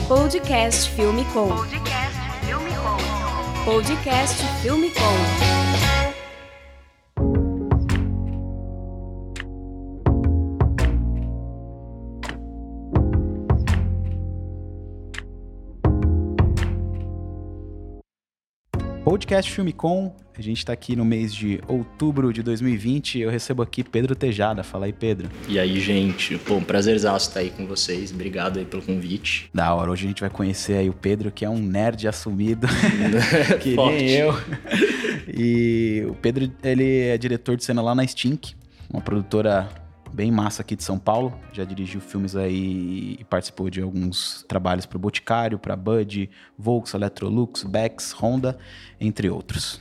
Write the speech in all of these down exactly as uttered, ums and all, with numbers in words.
Podcast Filme Com. Podcast Filme Com. Podcast Filme Com. Podcast Filme Com, a gente tá aqui no mês de outubro de dois mil e vinte, eu recebo aqui Pedro Tejada. Fala aí, Pedro. E aí, gente, pô, um prazerzaço estar aí com vocês, obrigado aí pelo convite. Da hora, hoje a gente vai conhecer aí o Pedro, que é um nerd assumido, que nem eu. E o Pedro, ele é diretor de cena lá na Stink, uma produtora bem massa aqui de São Paulo, já dirigiu filmes aí e participou de alguns trabalhos para o Boticário, para Bud, Volks, Electrolux, Bex, Honda, entre outros.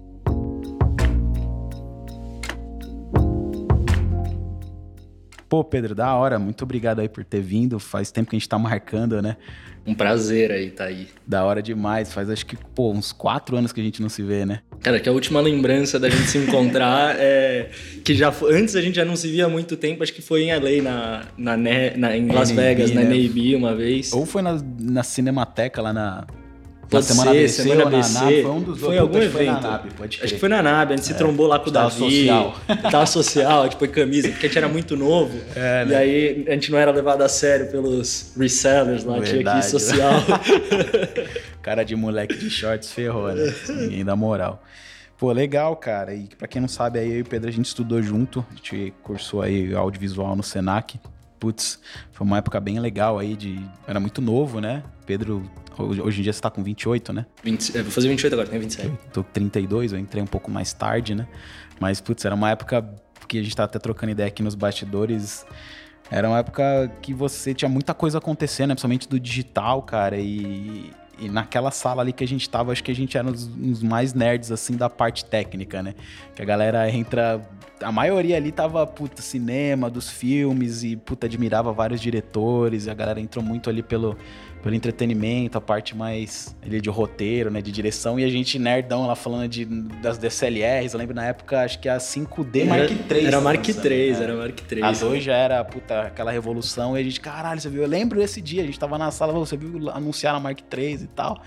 Pô, Pedro, da hora, muito obrigado aí por ter vindo, faz tempo que a gente tá marcando, né? Um prazer aí tá aí. Da hora demais, faz acho que, pô, uns quatro anos que a gente não se vê, né? Cara, que a última lembrança da gente se encontrar é que já foi, antes a gente já não se via há muito tempo, acho que foi em L A, na, na, na, em Las N A B, Vegas, né? na N A B uma vez. Ou foi na, na Cinemateca lá na... Pode na Semana ser, A B C, Semana ou na A B C. N A B, foi um dos Foi outros, algum acho que evento. Foi na N A B, pode crer. Acho que foi na N A B, a gente se trombou lá com o tava Davi. social. Tava social, a gente põe camisa, porque a gente era muito novo. É, né? E aí a gente não era levado a sério pelos resellers lá, tinha que ir Verdade. social. Cara de moleque de shorts ferrou, né? Ninguém dá moral. Pô, legal, cara. E pra quem não sabe, aí eu e o Pedro, a gente estudou junto. A gente cursou aí audiovisual no Senac. Putz, foi uma época bem legal aí de... Era muito novo, né? Pedro, hoje em dia você tá com vinte e oito, né? vinte, eu vou fazer vinte e oito agora, tenho vinte e sete. Eu tô com trinta e dois, eu entrei um pouco mais tarde, né? Mas, putz, era uma época que a gente tá até trocando ideia aqui nos bastidores. Era uma época que você tinha muita coisa acontecendo, né? Principalmente do digital, cara. E... E naquela sala ali que a gente tava, acho que a gente era uns, uns mais nerds, assim, da parte técnica, né? Que a galera entra... A maioria ali tava, puta, cinema, dos filmes e, puta, admirava vários diretores. E a galera entrou muito ali pelo, pelo entretenimento, a parte mais ali de roteiro, né? De direção. E a gente nerdão lá falando de, das D S L Rs. Eu lembro na época, acho que a cinco D Mark três. Era Mark lançando, três, né? era Mark três. A dois já era, puta, aquela revolução. E a gente, caralho, você viu? Eu lembro desse dia, a gente tava na sala, você viu anunciar a Mark três e tal.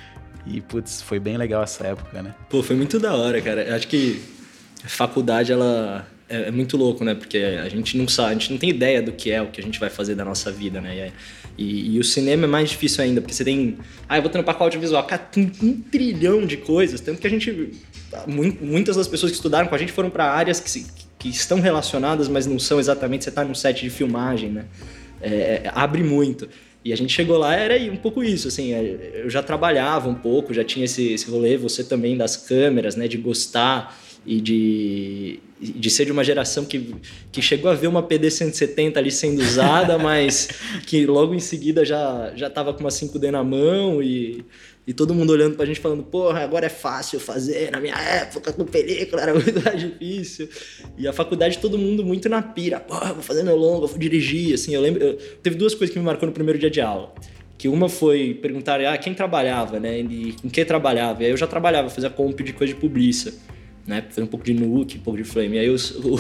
E, putz, foi bem legal essa época, né? Pô, foi muito da hora, cara. Eu acho que a faculdade, ela é, é muito louco, né? Porque a gente não sabe, a gente não tem ideia do que é o que a gente vai fazer da nossa vida, né? E, e, e o cinema é mais difícil ainda, porque você tem... Ah, eu vou trampar com audiovisual. Cara, tem um trilhão de coisas. Tanto que a gente... Muitas das pessoas que estudaram com a gente foram para áreas que, se, que estão relacionadas, mas não são exatamente... Você tá num set de filmagem, né? É, abre muito. E a gente chegou lá, era um pouco isso, assim, eu já trabalhava um pouco, já tinha esse, esse rolê, você também das câmeras, né, de gostar e de, de ser de uma geração que, que chegou a ver uma P D cento e setenta ali sendo usada, mas que logo em seguida já, já tava com uma cinco D na mão e... E todo mundo olhando pra gente falando, porra, agora é fácil fazer, na minha época com película era muito mais difícil. E a faculdade todo mundo muito na pira, porra, vou fazer meu longa, vou dirigir, assim, eu lembro... Eu, teve duas coisas que me marcou no primeiro dia de aula. Que uma foi perguntar, ah, quem trabalhava, né, e com que trabalhava. E aí eu já trabalhava, fazia comp de coisa de publiça, né, fazia um pouco de Nuke, um pouco de Flame. E aí eu... eu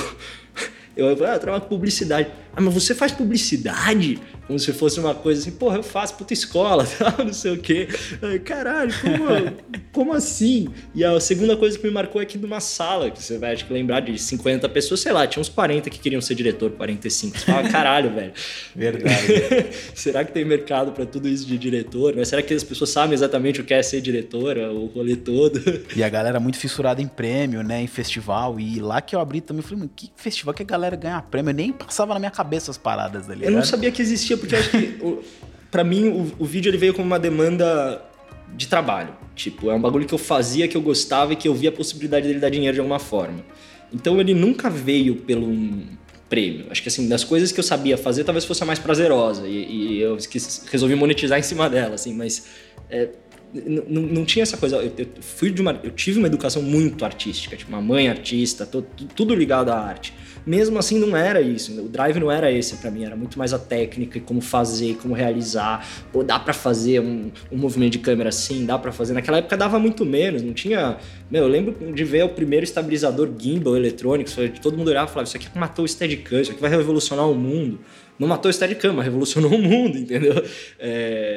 Eu, eu, ah, eu trabalho com publicidade. Ah, mas você faz publicidade? Como se fosse uma coisa assim, porra, eu faço puta escola, tal, não sei o quê. Ai, caralho, como, como assim? E a segunda coisa que me marcou é que numa sala, que você vai acho que lembrar de cinquenta pessoas, sei lá, tinha uns quarenta que queriam ser diretor, quarenta e cinco. Você fala, caralho, velho. Verdade. Será que tem mercado pra tudo isso de diretor? Mas será que as pessoas sabem exatamente o que é ser diretora, o rolê todo? E a galera muito fissurada em prêmio, né, em festival. E lá que eu abri também, eu falei, mano, que festival que a galera ganha prêmio? Eu nem passava na minha cabeça as paradas ali. Eu não sabia que existia, porque eu acho que, o, pra mim, o, o vídeo ele veio como uma demanda de trabalho. Tipo, é um bagulho que eu fazia, que eu gostava e que eu via a possibilidade dele dar dinheiro de alguma forma. Então ele nunca veio pelo um prêmio. Acho que assim, das coisas que eu sabia fazer, talvez fosse a mais prazerosa. E, e eu quis, resolvi monetizar em cima dela, assim, mas... É, Não, não tinha essa coisa, eu, eu, fui de uma, eu tive uma educação muito artística, tipo uma mãe artista, tô, tudo ligado à arte. Mesmo assim não era isso, o drive não era esse pra mim, era muito mais a técnica e como fazer, como realizar. Pô, dá pra fazer um, um movimento de câmera assim, dá pra fazer. Naquela época dava muito menos, não tinha... Meu, eu lembro de ver o primeiro estabilizador gimbal eletrônico, todo mundo olhava e falava, isso aqui matou o Steadicam, isso aqui vai revolucionar o mundo. Não matou o Steadicam, mas revolucionou o mundo, entendeu? É...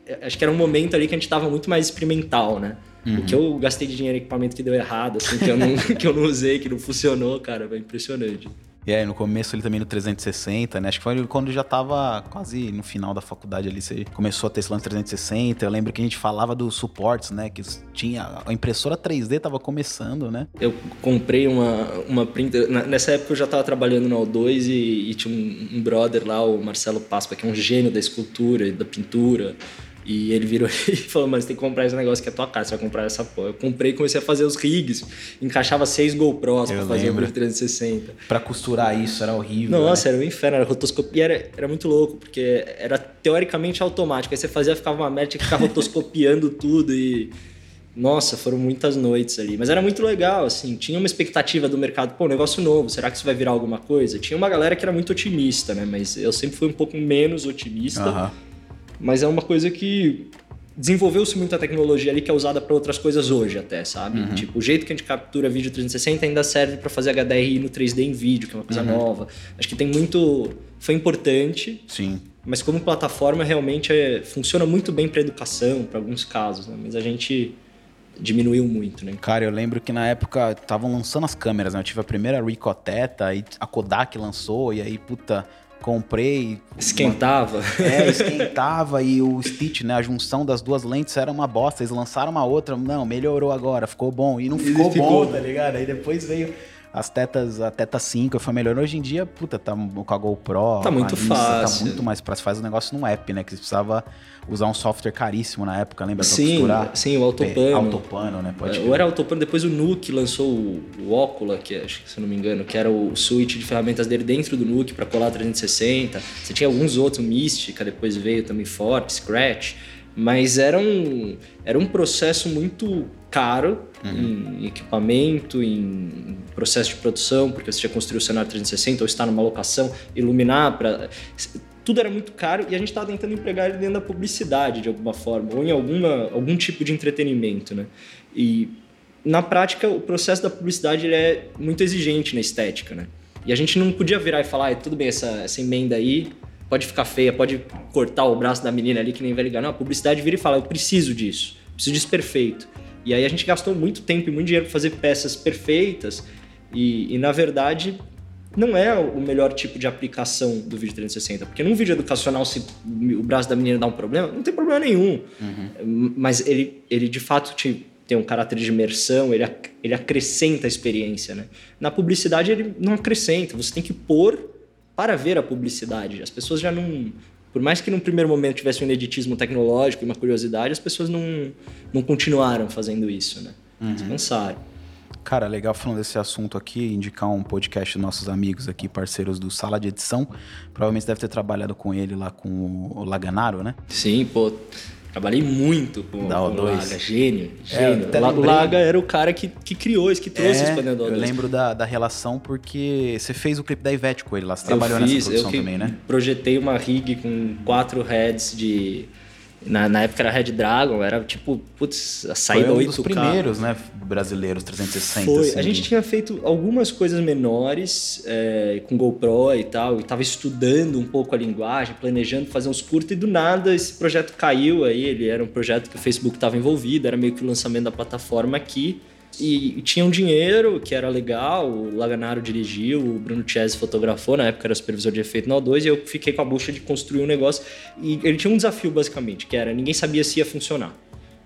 acho que era um momento ali que a gente tava muito mais experimental, né? Uhum. O que eu gastei de dinheiro em equipamento que deu errado, assim, que eu não, que eu não usei, que não funcionou, cara, foi impressionante. E aí, no começo ali também no trezentos e sessenta, né? Acho que foi quando já tava quase no final da faculdade ali, você começou a ter esse lance trezentos e sessenta. Eu lembro que a gente falava dos suportes, né? Que tinha... A impressora três D tava começando, né? Eu comprei uma, uma printer... Nessa época eu já tava trabalhando na O dois e, e tinha um, um brother lá, o Marcelo Paspa, que é um gênio da escultura e da pintura. E ele virou e falou, mas tem que comprar esse negócio que é tua cara, você vai comprar essa porra. Eu comprei e comecei a fazer os rigs, encaixava seis GoPros pra fazer o trezentos e sessenta. Pra costurar isso era horrível. Nossa, né? Era um inferno, era rotoscopia. E era, era muito louco, porque era teoricamente automático. Aí você fazia, ficava uma merda, tinha que ficar rotoscopiando tudo e... Nossa, foram muitas noites ali. Mas era muito legal, assim. Tinha uma expectativa do mercado. Pô, negócio novo, será que isso vai virar alguma coisa? Tinha uma galera que era muito otimista, né? Mas eu sempre fui um pouco menos otimista. Aham. Mas é uma coisa que desenvolveu-se muita tecnologia ali que é usada para outras coisas hoje até, sabe? Uhum. Tipo, o jeito que a gente captura vídeo trezentos e sessenta ainda serve para fazer H D R I no três D em vídeo, que é uma coisa Uhum. nova. Acho que tem muito... Foi importante, Sim. mas como plataforma realmente é... funciona muito bem para educação, para alguns casos, né? Mas a gente diminuiu muito, né? Cara, eu lembro que na época estavam lançando as câmeras, né? Eu tive a primeira Ricoh Theta, aí a Kodak lançou, e aí, puta... Comprei. Esquentava. Uma... É, esquentava e o Stitch, né? A junção das duas lentes era uma bosta. Eles lançaram uma outra. Não, melhorou agora, ficou bom. E não ficou, ficou bom, tá ligado? Aí depois veio as tetas, a Theta cinco, foi melhorando. Hoje em dia, puta, tá com a GoPro. Tá muito a Insta, fácil. Tá muito mais fácil. Faz o negócio num app, né? Que você precisava usar um software caríssimo na época, lembra? Pra sim, costurar. sim, o Autopano. Autopano, né? Pode Ou era Autopano, depois o Nuke lançou o, o Ocula, que acho que se eu não me engano, que era o suíte de ferramentas dele dentro do Nuke para colar trezentos e sessenta. Você tinha alguns outros, Mística, depois veio também forte, Scratch, mas era um, era um processo muito caro uhum. em equipamento, em processo de produção, porque você tinha que construir o cenário trezentos e sessenta ou estar numa locação, iluminar para... Tudo era muito caro e a gente estava tentando empregar ele dentro da publicidade de alguma forma, ou em alguma, algum tipo de entretenimento, né? E na prática o processo da publicidade ele é muito exigente na estética, né? E a gente não podia virar e falar, ah, tudo bem, essa, essa emenda aí pode ficar feia, pode cortar o braço da menina ali que nem vai ligar. Não, a publicidade vira e fala, eu preciso disso, preciso disso perfeito. E aí a gente gastou muito tempo e muito dinheiro para fazer peças perfeitas e, e na verdade... não é o melhor tipo de aplicação do vídeo trezentos e sessenta, porque num vídeo educacional, se o braço da menina dá um problema, não tem problema nenhum. Uhum. Mas ele, ele de fato te, tem um caráter de imersão, ele, ele acrescenta a experiência, né? Na publicidade ele não acrescenta, você tem que pôr para ver a publicidade. As pessoas já não... Por mais que num primeiro momento tivesse um ineditismo tecnológico e uma curiosidade, as pessoas não, não continuaram fazendo isso, né? Uhum. Eles cansaram. Cara, legal falando desse assunto aqui, indicar um podcast dos nossos amigos aqui, parceiros do Sala de Edição. Provavelmente você deve ter trabalhado com ele lá com o Laganaro, né? Sim, pô. Trabalhei muito com, da com O dois. o Laga, gênio, gênio. É, o Laga era o cara que, que criou isso, que trouxe é, isso pra dentro do O dois. Eu lembro da, da relação porque você fez o clipe da Ivete com ele lá, você eu trabalhou fiz, nessa produção eu que também, né? Projetei uma rig com quatro heads de... Na, na época era Red Dragon, era tipo, putz, a saída Foi um oito K. dos primeiros, né, brasileiros trezentos e sessenta. Foi. Assim, a gente de... tinha feito algumas coisas menores é, com GoPro e tal, e tava estudando um pouco a linguagem, planejando fazer uns curtos, e do nada esse projeto caiu aí, ele era um projeto que o Facebook estava envolvido, era meio que o lançamento da plataforma aqui, e, e tinha um dinheiro que era legal, o Laganaro dirigiu, o Bruno Chese fotografou, na época era supervisor de efeito na O dois, e eu fiquei com a bucha de construir um negócio, e ele tinha um desafio basicamente, que era, ninguém sabia se ia funcionar.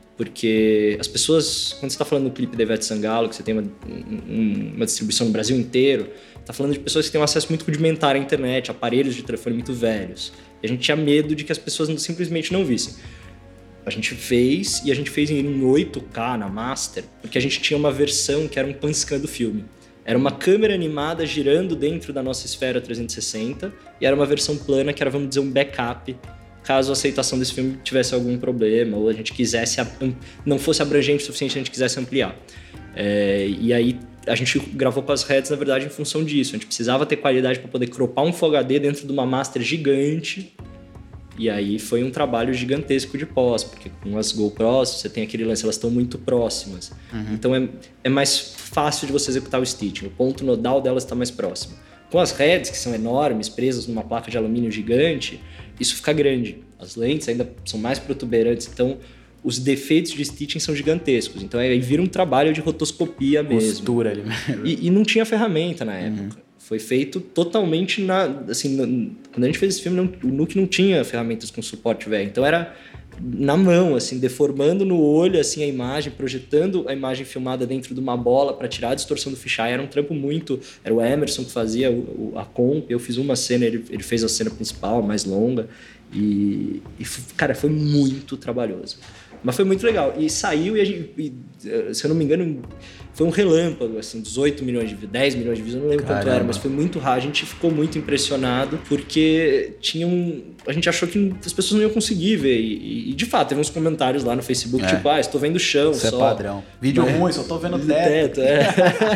Porque as pessoas, quando você está falando do clipe da Ivete Sangalo, que você tem uma, um, uma distribuição no Brasil inteiro, está falando de pessoas que têm um acesso muito rudimentar à internet, aparelhos de telefone muito velhos. E a gente tinha medo de que as pessoas simplesmente não vissem. A gente fez, e a gente fez em oito K na Master, porque a gente tinha uma versão que era um pan-scan do filme. Era uma câmera animada girando dentro da nossa esfera trezentos e sessenta, e era uma versão plana que era, vamos dizer, um backup, caso a aceitação desse filme tivesse algum problema, ou a gente quisesse, não fosse abrangente o suficiente, a gente quisesse ampliar. É, e aí a gente gravou com as heads, na verdade, em função disso. A gente precisava ter qualidade para poder cropar um Full H D dentro de uma Master gigante. E aí foi um trabalho gigantesco de pós, porque com as GoPros você tem aquele lance, elas estão muito próximas. Uhum. Então é, é mais fácil de você executar o stitching, o ponto nodal delas está mais próximo. com as heads, que são enormes, presas numa placa de alumínio gigante, isso fica grande. As lentes ainda são mais protuberantes, então os defeitos de stitching são gigantescos. Então aí vira um trabalho de rotoscopia mesmo. Costura ali mesmo. E, e não tinha ferramenta na época. Uhum. Foi feito totalmente na... Assim, no, quando a gente fez esse filme, não, o Nuke não tinha ferramentas com suporte velho. Então era na mão, assim, deformando no olho assim, a imagem, projetando a imagem filmada dentro de uma bola para tirar a distorção do fisheye. Era um trampo muito... Era o Emerson que fazia o, o, a comp. Eu fiz uma cena, ele, ele fez a cena principal, mais longa. E, e, cara, foi muito trabalhoso. Mas foi muito legal. E saiu e, a gente, e, se eu não me engano, foi um relâmpago, assim, dezoito milhões de views, dez milhões de views, eu não lembro Caramba. quanto era, mas foi muito raro. A gente ficou muito impressionado porque tinha um... A gente achou que as pessoas não iam conseguir ver. E, e de fato, teve uns comentários lá no Facebook, é. tipo, ah, estou vendo o chão Isso só. é padrão. Vídeo mas, ruim, só tô vendo o teto. teto é.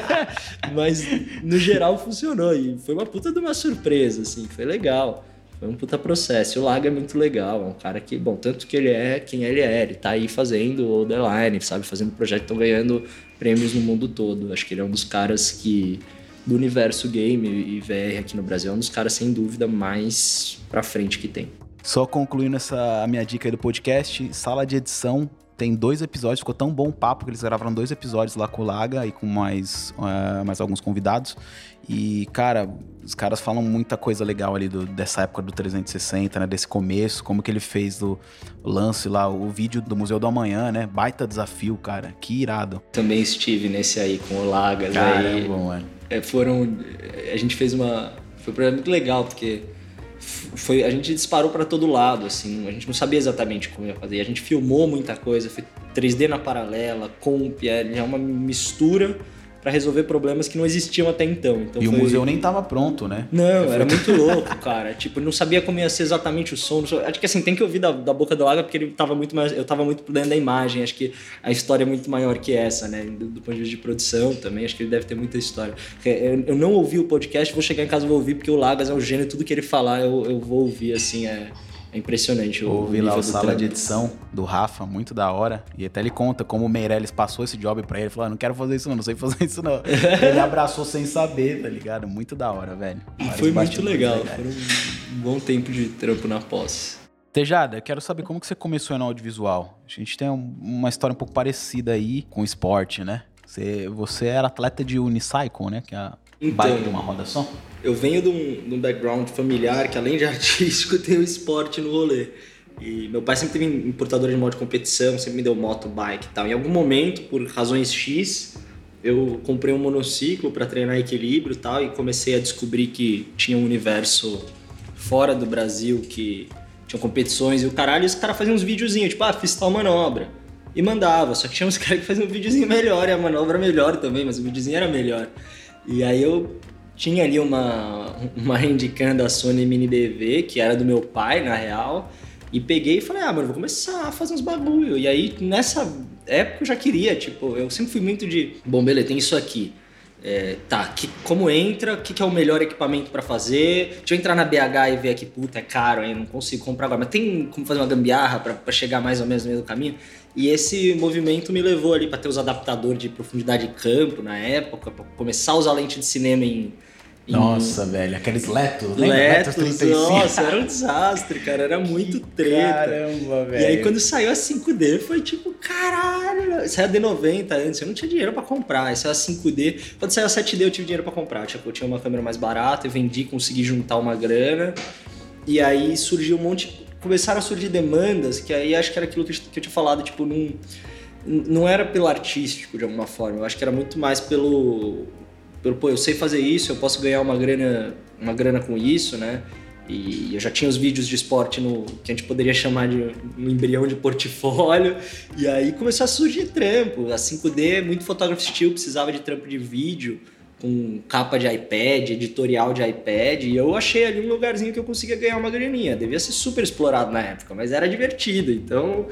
Mas, no geral, funcionou. E foi uma puta de uma surpresa, assim, foi legal. Foi um puta processo. E o Laga é muito legal. É um cara que, bom, tanto que ele é quem ele é. Ele tá aí fazendo o The Line, sabe? Fazendo projeto, estão ganhando prêmios no mundo todo. Acho que ele é um dos caras que, do universo game e V R aqui no Brasil, é um dos caras, sem dúvida, mais pra frente que tem. Só concluindo essa a minha dica aí do podcast, sala de edição. Tem dois episódios, ficou tão bom o papo que eles gravaram dois episódios lá com o Laga e com mais, uh, mais alguns convidados. E, cara, os caras falam muita coisa legal ali do, dessa época do trezentos e sessenta, né? Desse começo, como que ele fez o, o lance lá, o vídeo do Museu do Amanhã, né? Baita desafio, cara. Que irado. Também estive nesse aí com o Laga. Caramba, mano. É, foram... A gente fez uma... Foi um projeto muito legal, porque... Foi, a gente disparou para todo lado, assim, a gente não sabia exatamente como ia fazer. A gente filmou muita coisa, foi três D na paralela, comp, é uma mistura para resolver problemas que não existiam até então. então e foi... o museu nem tava pronto, né? Não, era muito louco, cara. Tipo, não sabia como ia ser exatamente o som. Acho que assim, tem que ouvir da, da boca do Laga, porque ele tava muito mais, eu tava muito por dentro da imagem. Acho que a história é muito maior que essa, né? Do, do ponto de vista de produção também, acho que ele deve ter muita história. Eu, eu não ouvi o podcast, vou chegar em casa e vou ouvir, porque o Lagas é um gênio, tudo que ele falar eu, eu vou ouvir, assim, é... É impressionante. Ouvi lá a sala de edição do Rafa, muito da hora. E até ele conta como o Meirelles passou esse job pra ele. Ele falou, ah, não quero fazer isso não, não sei fazer isso não. Ele abraçou sem saber, tá ligado? Muito da hora, velho. Vários Foi muito legal. Foi um bom tempo de trampo na pós. Tejada, eu quero saber como que você começou no audiovisual. A gente tem um, uma história um pouco parecida aí com o esporte, né? Você, você era atleta de unicycle, né? Que é a então, bike de uma roda só. Eu venho de um, de um background familiar que, além de artístico, tem o esporte no rolê. E meu pai sempre teve importador de moto de competição, sempre me deu moto, bike e tal. Em algum momento, por razões X, eu comprei um monociclo para treinar equilíbrio e tal, e comecei a descobrir que tinha um universo fora do Brasil, que tinha competições e o caralho, e os caras faziam uns videozinhos, tipo, ah, fiz tal manobra. E mandava, só que tinha uns caras que faziam um videozinho melhor, e a manobra melhor também, mas o videozinho era melhor. E aí eu tinha ali uma, uma handicam da Sony Mini B V, que era do meu pai, na real, e peguei e falei, ah, mano, vou começar a fazer uns bagulho. E aí, nessa época, eu já queria, tipo, eu sempre fui muito de, bom, beleza, tem isso aqui. É, tá, que, como entra, o que, que é o melhor equipamento pra fazer? Deixa eu entrar na B H e ver aqui, puta, é caro, aí não consigo comprar agora, mas tem como fazer uma gambiarra pra, pra chegar mais ou menos no meio do caminho? E esse movimento me levou ali pra ter os adaptadores de profundidade de campo na época, pra começar a usar lente de cinema em... em... Nossa, velho, aqueles Letos, lembra? Letos, Letos trinta e cinco. Nossa, era um desastre, cara, era muito treta. Caramba, velho. E aí quando saiu a cinco D, foi tipo, caralho, saiu a D noventa antes, eu não tinha dinheiro pra comprar, aí saiu a cinco D, quando saiu a sete D eu tive dinheiro pra comprar, tipo, eu tinha uma câmera mais barata, eu vendi, consegui juntar uma grana, e aí surgiu um monte, começaram a surgir demandas, que aí acho que era aquilo que eu tinha falado, tipo, não, não era pelo artístico de alguma forma, eu acho que era muito mais pelo... Pelo, pô, eu sei fazer isso, eu posso ganhar uma grana, uma grana com isso, né? E eu já tinha os vídeos de esporte no que a gente poderia chamar de um embrião de portfólio. E aí começou a surgir trampo. A cinco D, muito fotógrafo estilo, precisava de trampo de vídeo, com capa de iPad, editorial de iPad. E eu achei ali um lugarzinho que eu conseguia ganhar uma graninha. Devia ser super explorado na época, mas era divertido. Então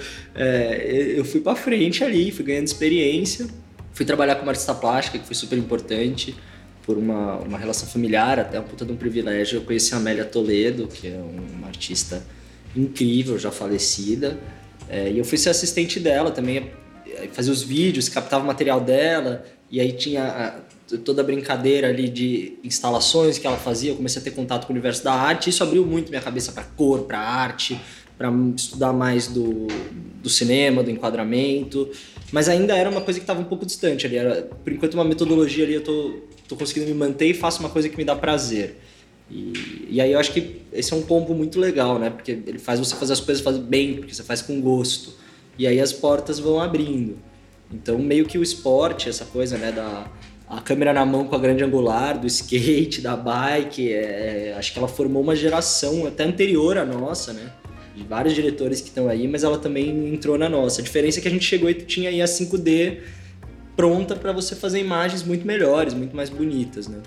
é, eu fui pra frente ali, fui ganhando experiência. Fui trabalhar com uma artista plástica, que foi super importante, por uma, uma relação familiar, até um puta de um privilégio. Eu conheci a Amélia Toledo, que é uma artista incrível, já falecida, é, e eu fui ser assistente dela também, fazia os vídeos, captava o material dela, e aí tinha... toda a brincadeira ali de instalações que ela fazia, eu comecei a ter contato com o universo da arte, isso abriu muito minha cabeça para cor, para arte, para estudar mais do, do cinema, do enquadramento, mas ainda era uma coisa que estava um pouco distante ali, era, por enquanto uma metodologia ali eu tô, tô conseguindo me manter e faço uma coisa que me dá prazer. E, e aí eu acho que esse é um combo muito legal, né? Porque ele faz você fazer as coisas fazer bem, porque você faz com gosto. E aí as portas vão abrindo. Então meio que o esporte, essa coisa, né? Da, a câmera na mão com a grande angular, do skate, da bike, é, acho que ela formou uma geração até anterior à nossa, né? De vários diretores que estão aí, mas ela também entrou na nossa. A diferença é que a gente chegou e tinha aí a cinco D pronta para você fazer imagens muito melhores, muito mais bonitas, né?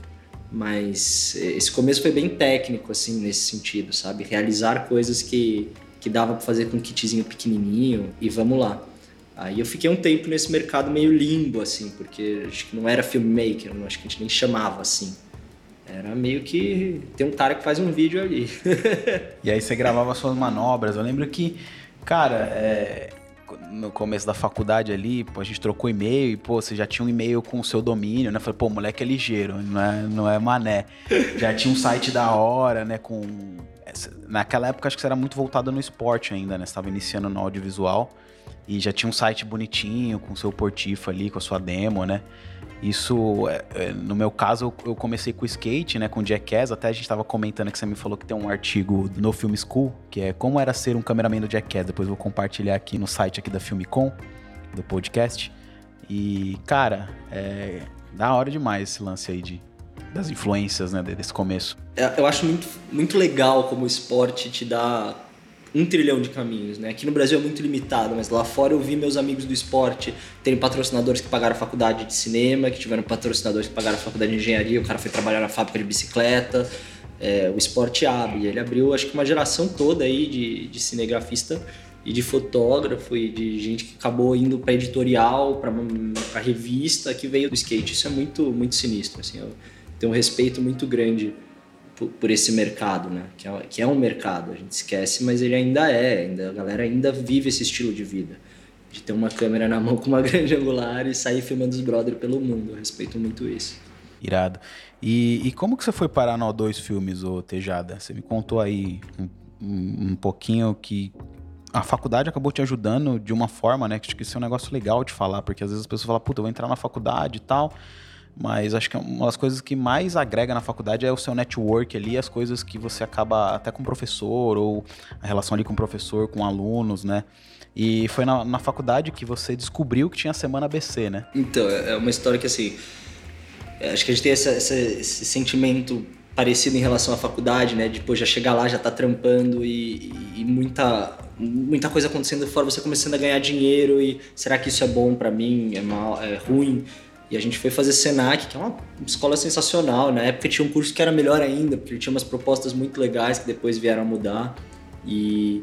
Mas esse começo foi bem técnico, assim, nesse sentido, sabe? Realizar coisas que, que dava para fazer com um kitzinho pequenininho e vamos lá. Aí eu fiquei um tempo nesse mercado meio limbo, assim, porque acho que não era filmmaker, acho que a gente nem chamava assim. Era meio que tem um cara que faz um vídeo ali. E aí você gravava suas manobras. Eu lembro que, cara, é... no começo da faculdade ali, pô, a gente trocou e-mail e, pô, você já tinha um e-mail com o seu domínio, né? Falei, pô, o moleque é ligeiro, não é, não é mané. Já tinha um site da hora, né? Com... Naquela época, acho que você era muito voltado no esporte ainda, né? Você estava iniciando no audiovisual e já tinha um site bonitinho, com o seu portifo ali, com a sua demo, né? Isso, no meu caso, eu comecei com o skate, né, com o Jackass. Até a gente tava comentando que você me falou que tem um artigo no Film School, que é como era ser um cameraman do Jackass. Depois eu vou compartilhar aqui no site aqui da Filmicom, do podcast. E, cara, é da hora demais esse lance aí de, das influências, né, desse começo. Eu acho muito, muito legal como o esporte te dá um trilhão de caminhos, né? Aqui no Brasil é muito limitado, mas lá fora eu vi meus amigos do esporte terem patrocinadores que pagaram a faculdade de cinema, que tiveram patrocinadores que pagaram a faculdade de engenharia, o cara foi trabalhar na fábrica de bicicleta. É, o esporte abre, ele abriu acho que uma geração toda aí de, de cinegrafista e de fotógrafo e de gente que acabou indo para editorial, para revista, que veio do skate. Isso é muito, muito sinistro, assim, eu tenho um respeito muito grande por, por esse mercado, né? Que é, que é um mercado, a gente esquece, mas ele ainda é, ainda, a galera ainda vive esse estilo de vida, de ter uma câmera na mão com uma grande angular e sair filmando os brothers pelo mundo. Eu respeito muito isso. Irado. E, e como que você foi parar no O dois Filmes, ô Tejada? Você me contou aí um, um, um pouquinho que a faculdade acabou te ajudando de uma forma, né? Que acho que isso é um negócio legal de falar, porque às vezes as pessoas falam, puta, eu vou entrar na faculdade e tal, mas acho que uma das coisas que mais agrega na faculdade é o seu network ali, as coisas que você acaba até com o professor, ou a relação ali com o professor, com alunos, né? E foi na, na faculdade que você descobriu que tinha a Semana A B C, né? Então, é uma história que assim... Acho que a gente tem essa, essa, esse sentimento parecido em relação à faculdade, né? De pô, já chegar lá, já tá trampando e, e muita, muita coisa acontecendo fora, você começando a ganhar dinheiro e será que isso é bom pra mim? É, mal, é ruim? E a gente foi fazer Senac, que é uma escola sensacional. Na época tinha um curso que era melhor ainda, porque tinha umas propostas muito legais que depois vieram a mudar. E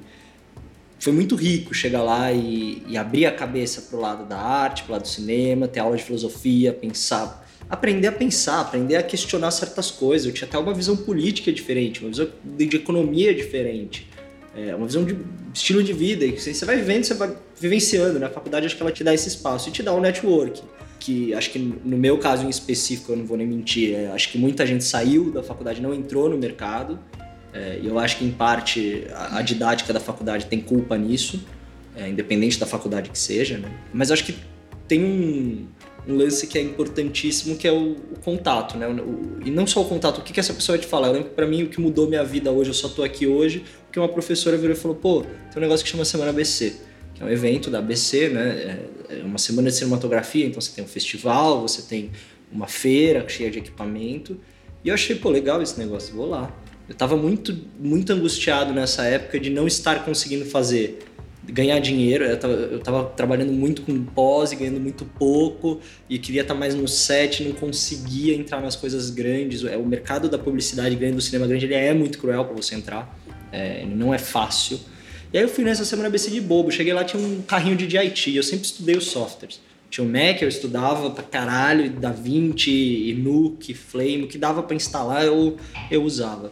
foi muito rico chegar lá e, e abrir a cabeça pro lado da arte, pro lado do cinema, ter aula de filosofia, pensar... Aprender a pensar, aprender a questionar certas coisas. Eu tinha até uma visão política diferente, uma visão de, de economia diferente, é, uma visão de estilo de vida. E você vai vivendo, você vai vivenciando, né? A faculdade acho que ela te dá esse espaço e te dá um network. Que acho que no meu caso em específico, eu não vou nem mentir, é, acho que muita gente saiu da faculdade, não entrou no mercado. É, e eu acho que em parte a, a didática da faculdade tem culpa nisso, é, independente da faculdade que seja, né? Mas acho que tem um... um lance que é importantíssimo, que é o, o contato, né? O, o, e não só o contato, o que, que essa pessoa vai te falar. Eu lembro que pra mim o que mudou minha vida hoje, eu só tô aqui hoje, porque uma professora virou e falou, pô, tem um negócio que chama Semana A B C, que é um evento da A B C, né? É uma semana de cinematografia, então você tem um festival, você tem uma feira cheia de equipamento, e eu achei, pô, legal esse negócio, vou lá. Eu tava muito, muito angustiado nessa época de não estar conseguindo fazer... ganhar dinheiro, eu tava, eu tava trabalhando muito com pós e ganhando muito pouco e queria estar mais no set, não conseguia entrar nas coisas grandes. O mercado da publicidade grande, do cinema grande, ele é muito cruel para você entrar, é, não é fácil. E aí eu fui nessa Semana A B C de bobo, cheguei lá, tinha um carrinho de D I T, eu sempre estudei os softwares. Tinha o Mac, eu estudava pra caralho, DaVinci, Nuke, Flame, o que dava para instalar eu, eu usava.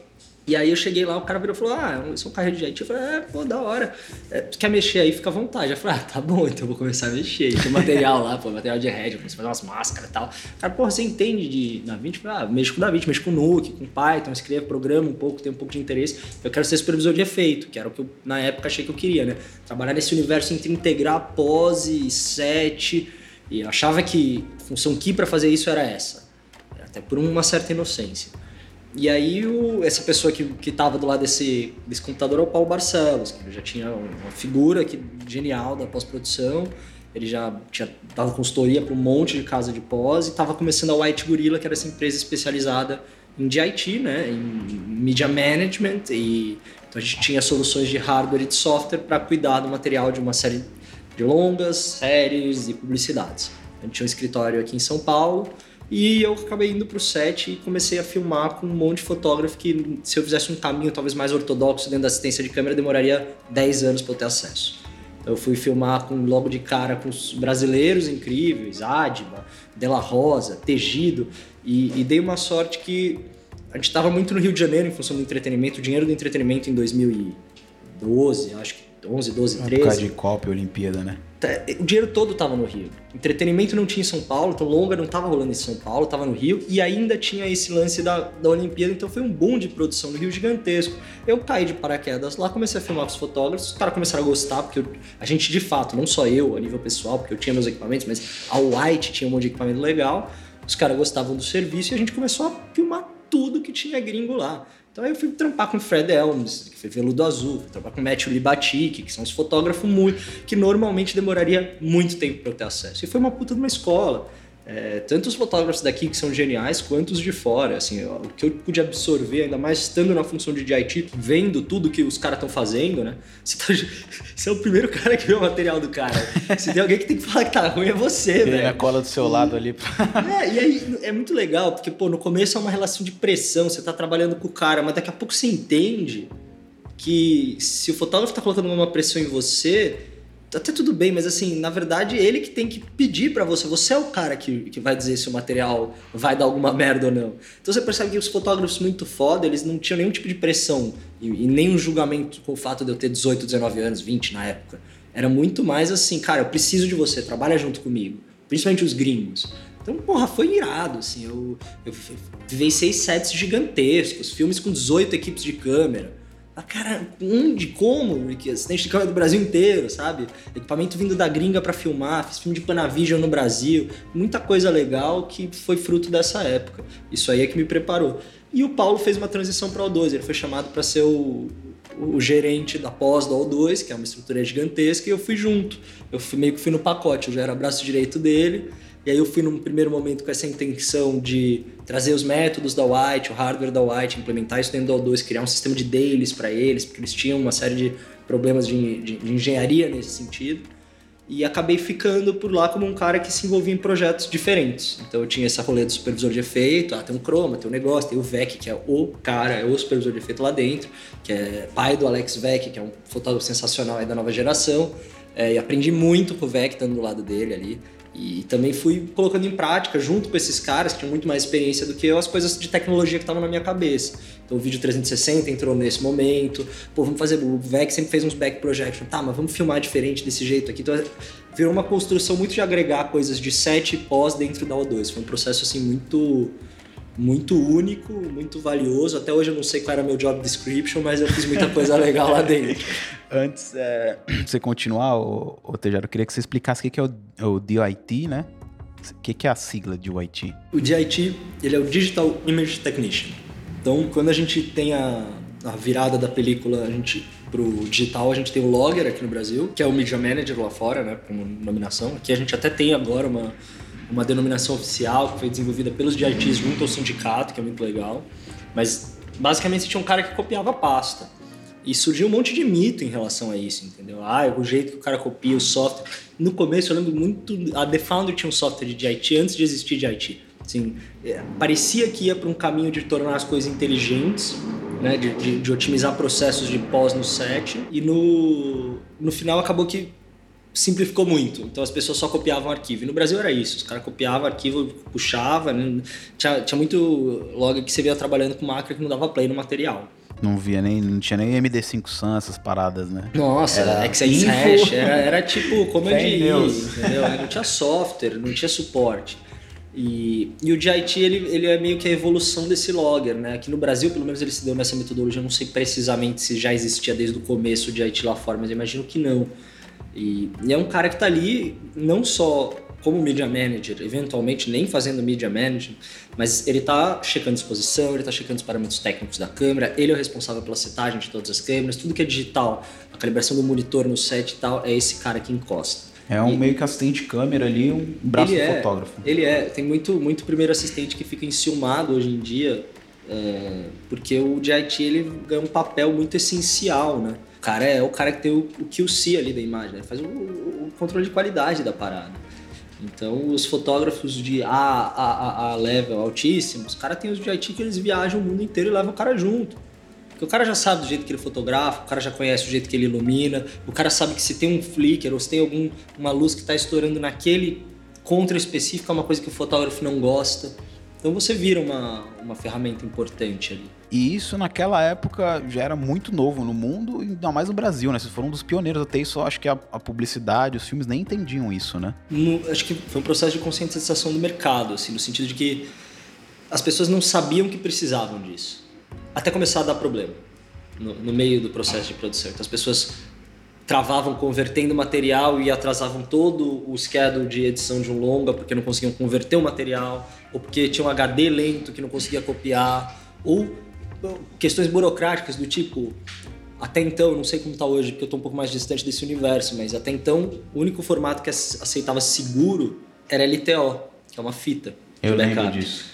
E aí eu cheguei lá, o cara virou e falou, ah, eu sou um carreiro de I T. Eu falei, é, pô, da hora. É, tu quer mexer aí, fica à vontade. Eu falei, ah, tá bom, então eu vou começar a mexer. E tinha material lá, pô, material de Red, eu comecei a fazer umas máscaras e tal. O cara, pô, você entende de DaVinci? Eu falei, ah, mexo com DaVinci, mexo com Nuke, com Python, escrevo, programa um pouco, tenho um pouco de interesse. Eu quero ser supervisor de efeito, que era o que eu, na época, achei que eu queria, né? Trabalhar nesse universo entre integrar pose e set. E eu achava que a função key pra fazer isso era essa. Até por uma certa inocência. E aí, o, essa pessoa que, que tava do lado desse, desse computador é o Paulo Barcelos, que já tinha uma figura que, genial da pós-produção. Ele já tinha dado consultoria para um monte de casa de pós e estava começando a White Gorilla, que era essa empresa especializada em D I T, né, em Media Management. E, então a gente tinha soluções de hardware e de software para cuidar do material de uma série de longas, séries e publicidades. A gente tinha um escritório aqui em São Paulo. E eu acabei indo pro set e comecei a filmar com um monte de fotógrafo que, se eu fizesse um caminho talvez mais ortodoxo dentro da assistência de câmera, demoraria dez anos para eu ter acesso. Então eu fui filmar com, logo de cara com os brasileiros incríveis, Adba, Della Rosa, Tegido, e, e dei uma sorte que a gente estava muito no Rio de Janeiro em função do entretenimento, o dinheiro do entretenimento em dois mil e doze, acho que onze, doze, treze. Por causa de Copa e Olimpíada, né? O dinheiro todo estava no Rio. Entretenimento não tinha em São Paulo, então longa não estava rolando em São Paulo, estava no Rio, e ainda tinha esse lance da, da Olimpíada, então foi um boom de produção no Rio gigantesco. Eu caí de paraquedas lá, comecei a filmar com os fotógrafos, os caras começaram a gostar, porque eu, a gente de fato, não só eu, a nível pessoal, porque eu tinha meus equipamentos, mas a White tinha um monte de equipamento legal, os caras gostavam do serviço e a gente começou a filmar tudo que tinha gringo lá. Então aí eu fui trampar com o Fred Elms, que foi Veludo Azul, fui trampar com o Matthew Libatic, que são os fotógrafos muito, que normalmente demoraria muito tempo para eu ter acesso. E foi uma puta de uma escola. É, tanto os fotógrafos daqui que são geniais, quanto os de fora. Assim, ó, o que eu pude absorver, ainda mais estando na função de D I T, vendo tudo que os caras estão fazendo, né? Você, tá, você é o primeiro cara que vê o material do cara. Se tem alguém que tem que falar que tá ruim, é você, velho. Tem a cola do seu e, lado ali. É, e aí é muito legal, porque pô, no começo é uma relação de pressão, você tá trabalhando com o cara, mas daqui a pouco você entende que se o fotógrafo tá colocando uma pressão em você, até tudo bem, mas assim, na verdade ele que tem que pedir pra você, você é o cara que, que vai dizer se o material vai dar alguma merda ou não. Então você percebe que os fotógrafos muito foda, eles não tinham nenhum tipo de pressão e, e nenhum julgamento com o fato de eu ter dezoito, dezenove anos, vinte na época. Era muito mais assim, cara, eu preciso de você, trabalha junto comigo, principalmente os gringos. Então, porra, foi irado, assim, eu, eu vivenciei sets gigantescos, filmes com dezoito equipes de câmera. Ah, cara, onde, como? Porque assistente de câmera do Brasil inteiro, sabe? Equipamento vindo da gringa pra filmar, fiz filme de Panavision no Brasil, muita coisa legal que foi fruto dessa época. Isso aí é que me preparou. E o Paulo fez uma transição para o O dois, ele foi chamado para ser o, o gerente da pós do O dois, que é uma estrutura gigantesca, e eu fui junto. Eu fui, meio que fui no pacote, eu já era braço direito dele. E aí eu fui num primeiro momento com essa intenção de trazer os métodos da White, o hardware da White, implementar isso dentro do O dois, criar um sistema de dailies para eles, porque eles tinham uma série de problemas de, de, de engenharia nesse sentido. E acabei ficando por lá como um cara que se envolvia em projetos diferentes. Então eu tinha essa rolê do supervisor de efeito, ah, tem um Chroma, tem um negócio, tem o Vec, que é o cara, é o supervisor de efeito lá dentro, que é pai do Alex Vec, que é um fotógrafo sensacional aí da nova geração. É, e aprendi muito com o Vec, estando do lado dele ali. E também fui colocando em prática, junto com esses caras que tinham muito mais experiência do que eu, as coisas de tecnologia que estavam na minha cabeça. Então o vídeo trezentos e sessenta entrou nesse momento. Pô, vamos fazer... O Vec sempre fez uns back projection. Tá, mas vamos filmar diferente desse jeito aqui. Então virou uma construção muito de agregar coisas de set e pós dentro da O dois. Foi um processo, assim, muito... muito único, muito valioso. Até hoje eu não sei qual era meu job description, mas eu fiz muita coisa legal lá dentro. Antes é, de você continuar, ô, ô Tejaro, eu queria que você explicasse o que é o, o D I T, né? O que é a sigla de D I T? O D I T, ele é o Digital Image Technician. Então, quando a gente tem a, a virada da película a gente, pro digital, a gente tem o Logger aqui no Brasil, que é o Media Manager lá fora, né? Como nominação. Aqui a gente até tem agora uma... uma denominação oficial que foi desenvolvida pelos D I Ts junto ao sindicato, que é muito legal. Mas, basicamente, você tinha um cara que copiava pasta. E surgiu um monte de mito em relação a isso, entendeu? Ah, o jeito que o cara copia o software. No começo, eu lembro muito... A The Foundry tinha um software de D I T antes de existir D I T. Assim, é, parecia que ia para um caminho de tornar as coisas inteligentes, né? de, de, de otimizar processos de pós no set. E no, no final, acabou que simplificou muito, então as pessoas só copiavam arquivo. E no Brasil era isso, os caras copiavam arquivo, puxavam, né? tinha, tinha muito log que você via trabalhando com máquina que não dava play no material. Não via nem, não tinha nem M D cinco Sun, essas paradas, né? Nossa, Era X X info. Hash, era, era tipo Command Fé em I, Deus. entendeu? Não tinha software, não tinha suporte. E, e o J I T, ele, ele é meio que a evolução desse logger, né? Aqui no Brasil, pelo menos, ele se deu nessa metodologia. Eu não sei precisamente se já existia desde o começo o J I T lá fora, mas eu imagino que não. E, e é um cara que tá ali não só como Media Manager, eventualmente nem fazendo Media Manager, mas ele tá checando exposição, ele tá checando os parâmetros técnicos da câmera, ele é o responsável pela setagem de todas as câmeras, tudo que é digital, a calibração do monitor no set e tal, é esse cara que encosta. É um E- meio que assistente de câmera ali, um braço ele do é, fotógrafo. Ele é. Tem muito, muito primeiro assistente que fica enciumado hoje em dia, é, porque o J I T ele ganha um papel muito essencial, né? O cara é o cara que tem o, o Q C ali da imagem, né? Faz o, o controle de qualidade da parada. Então, os fotógrafos de A, A, A, A level altíssimo, os caras têm os J I T que eles viajam o mundo inteiro e levam o cara junto. Porque o cara já sabe do jeito que ele fotografa, o cara já conhece o jeito que ele ilumina, o cara sabe que se tem um flicker ou se tem algum, uma luz que está estourando naquele contra específico, é uma coisa que o fotógrafo não gosta. Então você vira uma, uma ferramenta importante ali. E isso naquela época já era muito novo no mundo, e ainda mais no Brasil, né? Vocês foram um dos pioneiros, até isso, acho que a, a publicidade, os filmes nem entendiam isso, né? No, acho que foi um processo de conscientização do mercado, assim, no sentido de que as pessoas não sabiam que precisavam disso. Até começar a dar problema no, no meio do processo de produção. Então as pessoas travavam convertendo material e atrasavam todo o schedule de edição de um longa porque não conseguiam converter o material, ou porque tinha um H D lento que não conseguia copiar, ou questões burocráticas do tipo, até então, eu não sei como está hoje porque eu estou um pouco mais distante desse universo, mas até então o único formato que aceitava seguro era L T O, que é uma fita. Eu de lembro backup. disso.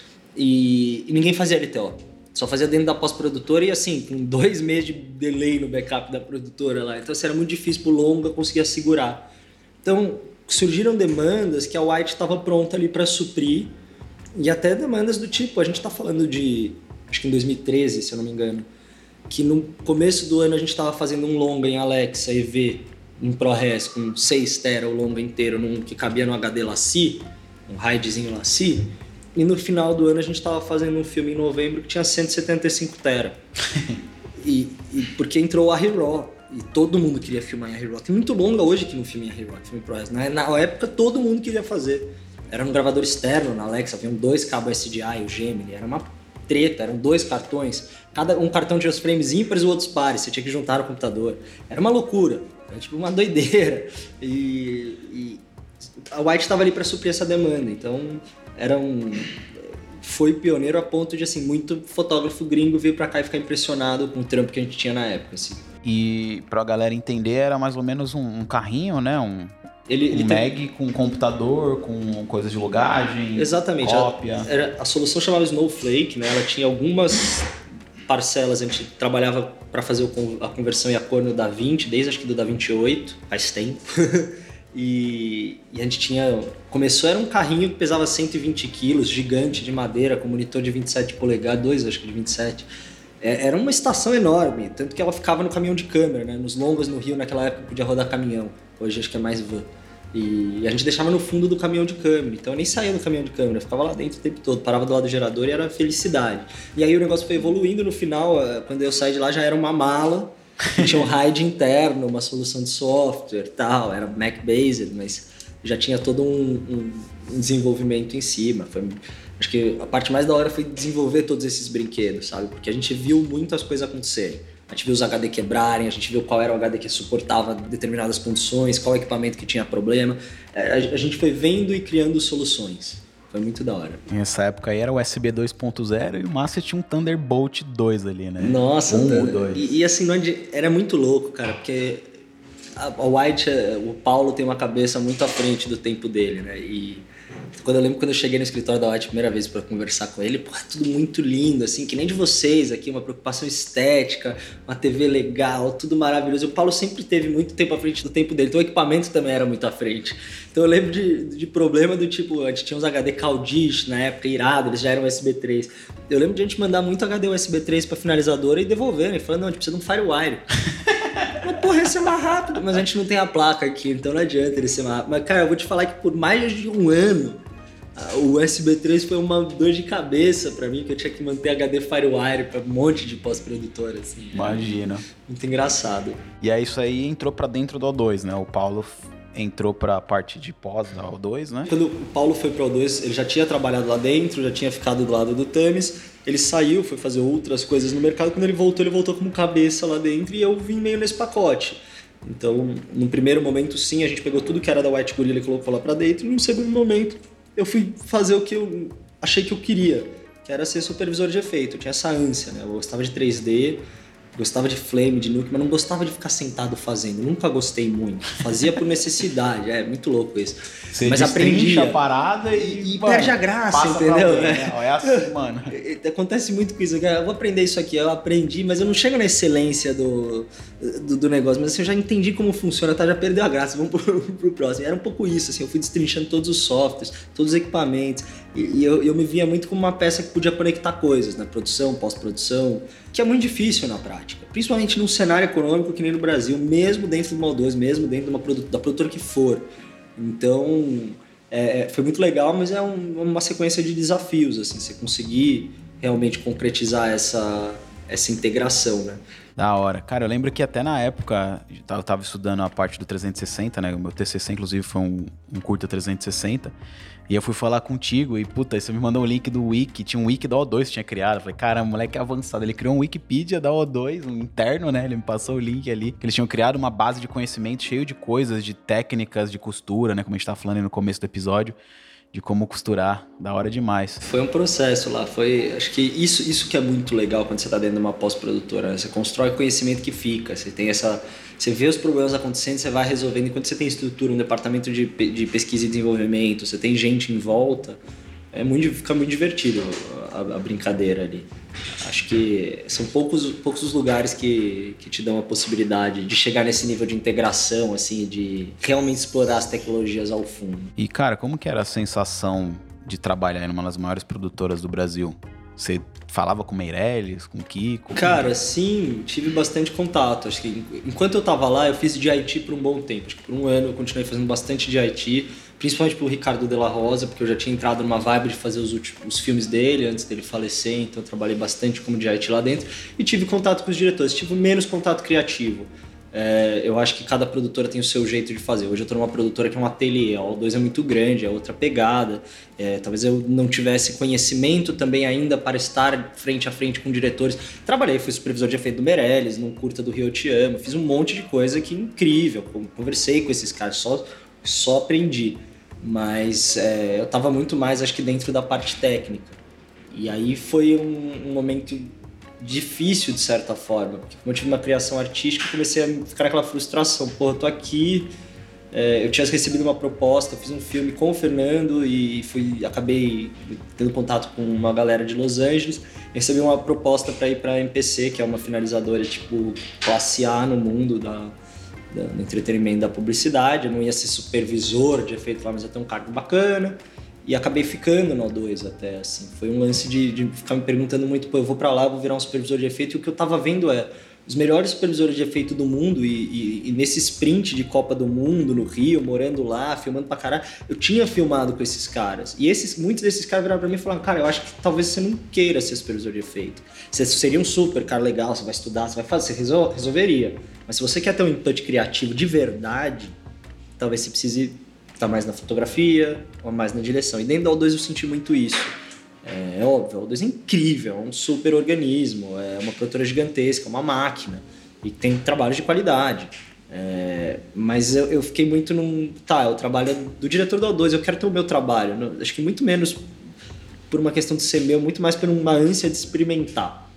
E, e ninguém fazia L T O. Só fazia dentro da pós-produtora e assim, com dois meses de delay no backup da produtora lá. Então assim, era muito difícil pro longa conseguir assegurar. Então surgiram demandas que a White estava pronta ali para suprir. E até demandas do tipo, a gente tá falando de, acho que em dois mil e treze, se eu não me engano, que no começo do ano a gente estava fazendo um longa em Alexa E V, em ProRes, com seis tera o longa inteiro, num, que cabia no H D LaCie, um RAIDzinho LaCie. E no final do ano a gente estava fazendo um filme em novembro que tinha cento e setenta e cinco tera. e, e porque entrou a Hi-Raw. E todo mundo queria filmar em Hi-Raw. Tem muito longa hoje que não filma em Hi-Raw, que filma em ProRes. Na, na época todo mundo queria fazer. Era um gravador externo na Alexa, haviam dois cabos S D I, o Gemini. Era uma treta, eram dois cartões. Cada, um cartão tinha os frames ímpares e outros pares. Você tinha que juntar no computador. Era uma loucura. Era tipo uma doideira. E, e a White estava ali para suprir essa demanda. Então era um, foi pioneiro a ponto de assim, muito fotógrafo gringo vir para cá e ficar impressionado com o trampo que a gente tinha na época. Assim. E pra galera entender, era mais ou menos um, um carrinho, né? Um, Ele, um ele Mag tem... com computador, com coisas de logagem, Exatamente. cópia. A, era, a solução chamava Snowflake, né? Ela tinha algumas parcelas, a gente trabalhava para fazer o, a conversão e a cor no DaVinci, desde acho que do DaVinci oito, faz tempo. e, e a gente tinha... Começou, era um carrinho que pesava cento e vinte quilos, gigante de madeira, com monitor de vinte e sete polegadas, dois acho que de vinte e sete. É, era uma estação enorme, tanto que ela ficava no caminhão de câmera, né? Nos longas no Rio, naquela época podia rodar caminhão. Hoje acho que é mais van. E a gente deixava no fundo do caminhão de câmera, então eu nem saía do caminhão de câmera, eu ficava lá dentro o tempo todo, parava do lado do gerador e era felicidade. E aí o negócio foi evoluindo, no final, quando eu saí de lá já era uma mala, tinha um RAID interno, uma solução de software e tal, era Mac-based, mas já tinha todo um, um, um desenvolvimento em cima. Foi, acho que a parte mais da hora foi desenvolver todos esses brinquedos, sabe? Porque a gente viu muitas coisas acontecerem. A gente viu os H D quebrarem, a gente viu qual era o H D que suportava determinadas condições, qual equipamento que tinha problema. A gente foi vendo e criando soluções. Foi muito da hora. Nessa época aí era o U S B dois ponto zero e o Massa tinha um Thunderbolt dois ali, né? Nossa, um tá... ou dois. E, e assim, era muito louco, cara, porque a White, o Paulo tem uma cabeça muito à frente do tempo dele, né? E quando eu lembro quando eu cheguei no escritório da White a primeira vez para conversar com ele, pô, é tudo muito lindo, assim, que nem de vocês aqui, uma preocupação estética, uma T V legal, tudo maravilhoso. E o Paulo sempre teve muito tempo à frente do tempo dele, então o equipamento também era muito à frente. Então eu lembro de, de problema do tipo, a gente tinha uns H D Caldish na época, irado, eles já eram U S B três. Eu lembro de a gente mandar muito H D U S B três pra finalizadora e devolver, né? Falando, não, a gente precisa de um Firewire. Mas porra, ia ser mais rápido. Mas a gente não tem a placa aqui, então não adianta ele ser mais rápido. Mas cara, eu vou te falar que por mais de um ano O U S B três foi uma dor de cabeça pra mim, que eu tinha que manter H D FireWire pra um monte de pós-produtora, assim. Imagina. Muito engraçado. E aí isso aí entrou pra dentro do O dois, né? O Paulo entrou pra parte de pós da O dois, né? Quando o Paulo foi pra O dois, ele já tinha trabalhado lá dentro, já tinha ficado do lado do Tamis, ele saiu, foi fazer outras coisas no mercado, quando ele voltou, ele voltou como cabeça lá dentro e eu vim meio nesse pacote. Então, no primeiro momento, sim, a gente pegou tudo que era da White Gorilla e colocou lá pra dentro, e no segundo momento, eu fui fazer o que eu achei que eu queria, que era ser supervisor de efeito. Eu tinha essa ânsia, né? Eu gostava de três D, gostava de flame, de nuke, mas não gostava de ficar sentado fazendo. Nunca gostei muito. Fazia por necessidade. É muito louco isso. Você mas aprendi a parada e, e perde a graça, entendeu? Alguém, né? É assim, mano. Acontece muito com isso. Eu vou aprender isso aqui. Eu aprendi, mas eu não chego na excelência do, do, do negócio. Mas assim, eu já entendi como funciona, tá? Já perdeu a graça. Vamos pro, pro próximo. Era um pouco isso. Assim, eu fui destrinchando todos os softwares, todos os equipamentos. E, e eu, eu me via muito como uma peça que podia conectar coisas, né? Produção, pós-produção, que é muito difícil na prática. Principalmente num cenário econômico que nem no Brasil, mesmo dentro do M O dois, mesmo dentro de uma produ- da produtora que for. Então, é, foi muito legal, mas é um, uma sequência de desafios, assim, você conseguir realmente concretizar essa, essa integração, né? Da hora. Cara, eu lembro que até na época, eu tava estudando a parte do trezentos e sessenta, né? O meu T C C, inclusive, foi um, um curta trezentos e sessenta. E eu fui falar contigo e, puta, você me mandou um link do wiki. Tinha um wiki da O dois que tinha criado. Eu falei, caramba, moleque é avançado. Ele criou um Wikipedia da O dois, um interno, né? Ele me passou o link ali. Que eles tinham criado uma base de conhecimento cheio de coisas, de técnicas de costura, né? Como a gente tava falando aí no começo do episódio. De como costurar, da hora demais. Foi um processo lá, foi, acho que isso, isso que é muito legal quando você está dentro de uma pós-produtora, né? Você constrói conhecimento que fica, você tem essa, você vê os problemas acontecendo, você vai resolvendo, enquanto você tem estrutura, um departamento de, de pesquisa e desenvolvimento, você tem gente em volta, é muito, fica muito divertido a, a brincadeira ali. Acho que são poucos, poucos os lugares que, que te dão a possibilidade de chegar nesse nível de integração, assim, de realmente explorar as tecnologias ao fundo. E, cara, como que era a sensação de trabalhar em uma das maiores produtoras do Brasil? Você falava com Meirelles, com Kiko? Cara, com... sim, tive bastante contato. Acho que enquanto eu tava lá, eu fiz de I T por um bom tempo. Acho que por um ano eu continuei fazendo bastante de I T, principalmente pro Ricardo de la Rosa, porque eu já tinha entrado numa vibe de fazer os últimos os filmes dele antes dele falecer, então eu trabalhei bastante como de I T lá dentro e tive contato com os diretores. Tive menos contato criativo. É, eu acho que cada produtora tem o seu jeito de fazer. Hoje eu tô numa produtora que é um ateliê, a O dois é muito grande, é outra pegada. É, talvez eu não tivesse conhecimento também ainda para estar frente a frente com diretores. Trabalhei, fui supervisor de efeito do Meirelles, num curta do Rio Eu Te Amo, fiz um monte de coisa que incrível. Conversei com esses caras, só, só aprendi. Mas é, eu tava muito mais, acho que dentro da parte técnica. E aí foi um, um momento difícil de certa forma, porque como eu tive uma criação artística, eu comecei a ficar naquela frustração, pô, eu tô aqui, é, eu tinha recebido uma proposta, eu fiz um filme com o Fernando e fui, acabei tendo contato com uma galera de Los Angeles, recebi uma proposta para ir para M P C, que é uma finalizadora tipo classe A no mundo da, da, do entretenimento, da publicidade. Eu não ia ser supervisor de efeito lá, mas ia ter um cargo bacana. E acabei ficando no O dois até, assim. Foi um lance de, de ficar me perguntando muito, pô, eu vou pra lá, eu vou virar um supervisor de efeito. E o que eu tava vendo é os melhores supervisores de efeito do mundo. E, e, e nesse sprint de Copa do Mundo no Rio, morando lá, filmando pra caralho, eu tinha filmado com esses caras. E esses, muitos desses caras viraram pra mim e falaram, cara, eu acho que talvez você não queira ser supervisor de efeito. Você seria um super cara legal, você vai estudar, você vai fazer, você resol- resolveria. Mas se você quer ter um input criativo de verdade, talvez você precise tá mais na fotografia ou mais na direção. E dentro da O dois eu senti muito isso. É, é óbvio, a O dois é incrível, é um super organismo, é uma produtora gigantesca, uma máquina, e tem trabalhos de qualidade. É, mas eu, eu fiquei muito num... Tá, é o trabalho do diretor da O dois, eu quero ter o meu trabalho. Não, acho que muito menos por uma questão de ser meu, muito mais por uma ânsia de experimentar.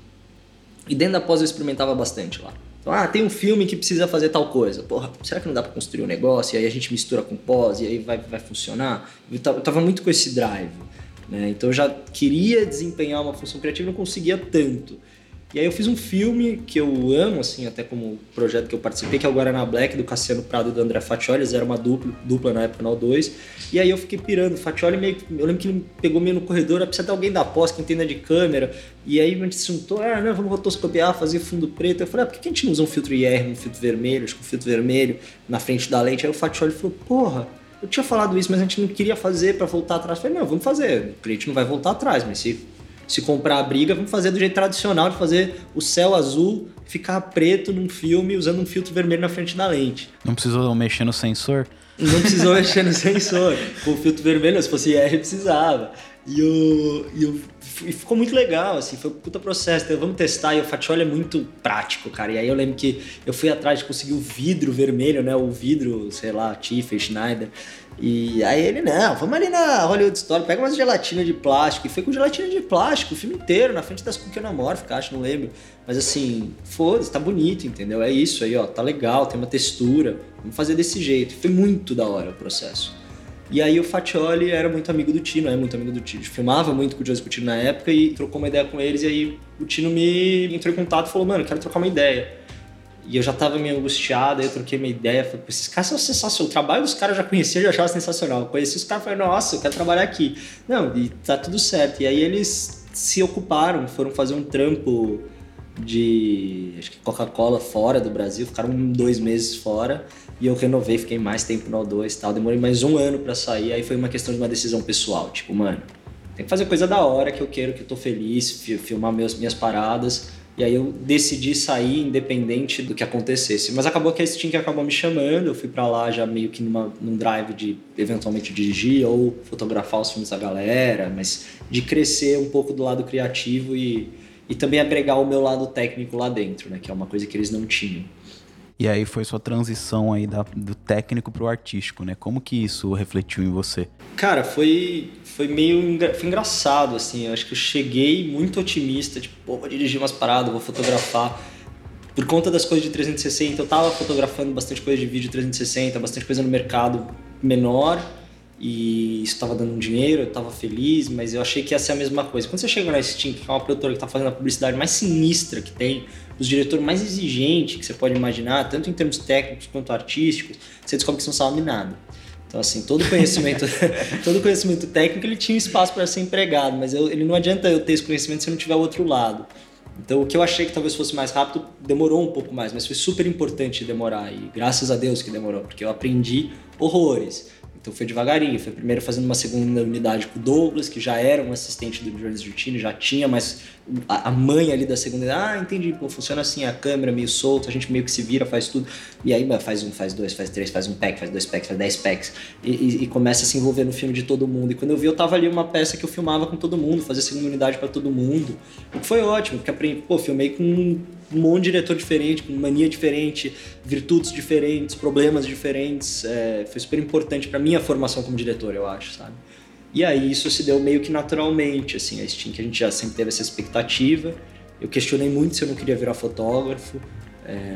E dentro da pós eu experimentava bastante lá. Ah, tem um filme que precisa fazer tal coisa. Porra, será que não dá pra construir um negócio? E aí a gente mistura com pós e aí vai, vai funcionar? Eu tava, eu tava muito com esse drive, né? Então eu já queria desempenhar uma função criativa e não conseguia tanto. E aí eu fiz um filme que eu amo, assim, até como projeto que eu participei, que é o Guaraná Black, do Cassiano Prado e do André Faccioli. Eles eram uma dupla, dupla na época na O dois. E aí eu fiquei pirando. O Faccioli meio... Eu lembro que ele pegou meio no corredor, precisa ter alguém da pós que entenda de câmera. E aí a gente se juntou, ah, não, vamos rotoscopiar, fazer fundo preto. Eu falei, ah, por que a gente não usa um filtro I R, um filtro vermelho, acho que um filtro vermelho na frente da lente? Aí o Faccioli falou, porra, eu tinha falado isso, mas a gente não queria fazer para voltar atrás. Eu falei, não, vamos fazer. O cliente não vai voltar atrás, mas se, se comprar a briga, vamos fazer do jeito tradicional de fazer o céu azul ficar preto num filme usando um filtro vermelho na frente da lente. Não precisou mexer no sensor? Não precisou mexer no sensor. Com o filtro vermelho, se fosse R, precisava. E, eu, e, eu, e ficou muito legal, assim, foi um puta processo. Então, vamos testar, e o Fatioli é muito prático, cara. E aí eu lembro que eu fui atrás de conseguir o vidro vermelho, né? O vidro, sei lá, Tiffany, Schneider. E aí ele, não, vamos ali na Hollywood Store, pega umas gelatina de plástico. E foi com gelatina de plástico o filme inteiro, na frente das cookies anamórficas, acho, não lembro. Mas assim, foda-se, tá bonito, entendeu? É isso aí, ó, tá legal, tem uma textura. Vamos fazer desse jeito. Foi muito da hora o processo. E aí o Fatioli era muito amigo do Tino, é muito amigo do Tino. Filmava muito com o Joseph e o Tino na época e trocou uma ideia com eles. E aí o Tino me entrou em contato e falou, mano, quero trocar uma ideia. E eu já tava meio angustiado, aí eu troquei minha ideia. Falei, esses caras são sensacionais. O trabalho dos caras eu já conhecia, eu já achava sensacional. Eu conheci os caras e falei, nossa, eu quero trabalhar aqui. Não, e tá tudo certo. E aí eles se ocuparam, foram fazer um trampo de, acho que Coca-Cola fora do Brasil. Ficaram dois meses fora. E eu renovei, fiquei mais tempo no O dois e tal. Demorei mais um ano pra sair. Aí foi uma questão de uma decisão pessoal. Tipo, mano, tem que fazer coisa da hora que eu quero, que eu tô feliz, filmar meus, minhas paradas. E aí eu decidi sair independente do que acontecesse. Mas acabou que a Steam que acabou me chamando. Eu fui pra lá já meio que numa, num drive de eventualmente dirigir ou fotografar os filmes da galera. Mas de crescer um pouco do lado criativo e, e também agregar o meu lado técnico lá dentro, né? Que é uma coisa que eles não tinham. E aí foi sua transição aí da, do técnico pro artístico, né? Como que isso refletiu em você? Cara, foi, foi meio engra, foi engraçado, assim. Eu acho que eu cheguei muito otimista, tipo, pô, vou dirigir umas paradas, vou fotografar. Por conta das coisas de trezentos e sessenta, eu tava fotografando bastante coisa de vídeo trezentos e sessenta, bastante coisa no mercado menor. E isso tava dando um dinheiro, eu tava feliz, mas eu achei que ia ser a mesma coisa. Quando você chega na Steam, que é uma produtora que tá fazendo a publicidade mais sinistra que tem, os diretores mais exigentes que você pode imaginar, tanto em termos técnicos quanto artísticos, você descobre que você não sabe nada. Então, assim, todo conhecimento, todo conhecimento técnico, ele tinha espaço para ser empregado, mas eu, ele não adianta eu ter esse conhecimento se eu não tiver o outro lado. Então, o que eu achei que talvez fosse mais rápido, demorou um pouco mais, mas foi super importante demorar, e graças a Deus que demorou, porque eu aprendi horrores. Então foi devagarinho, foi primeiro fazendo uma segunda unidade com o Douglas, que já era um assistente do Jones Giutini, já tinha mais a, a mãe ali da segunda unidade. Ah, entendi, pô, funciona assim, a câmera meio solta, a gente meio que se vira, faz tudo. E aí faz um, faz dois, faz três, faz um pack, faz dois packs, faz dez packs. E, e, e começa a se envolver no filme de todo mundo. E quando eu vi, eu tava ali uma peça que eu filmava com todo mundo, fazia segunda unidade para todo mundo. O que foi ótimo, porque aprendi, pô, filmei com um monte de diretor diferente, com mania diferente, virtudes diferentes, problemas diferentes. É, foi super importante pra minha formação como diretor, eu acho, sabe? E aí isso se deu meio que naturalmente, assim, a Steam, que a gente já sempre teve essa expectativa. Eu questionei muito se eu não queria virar fotógrafo, é,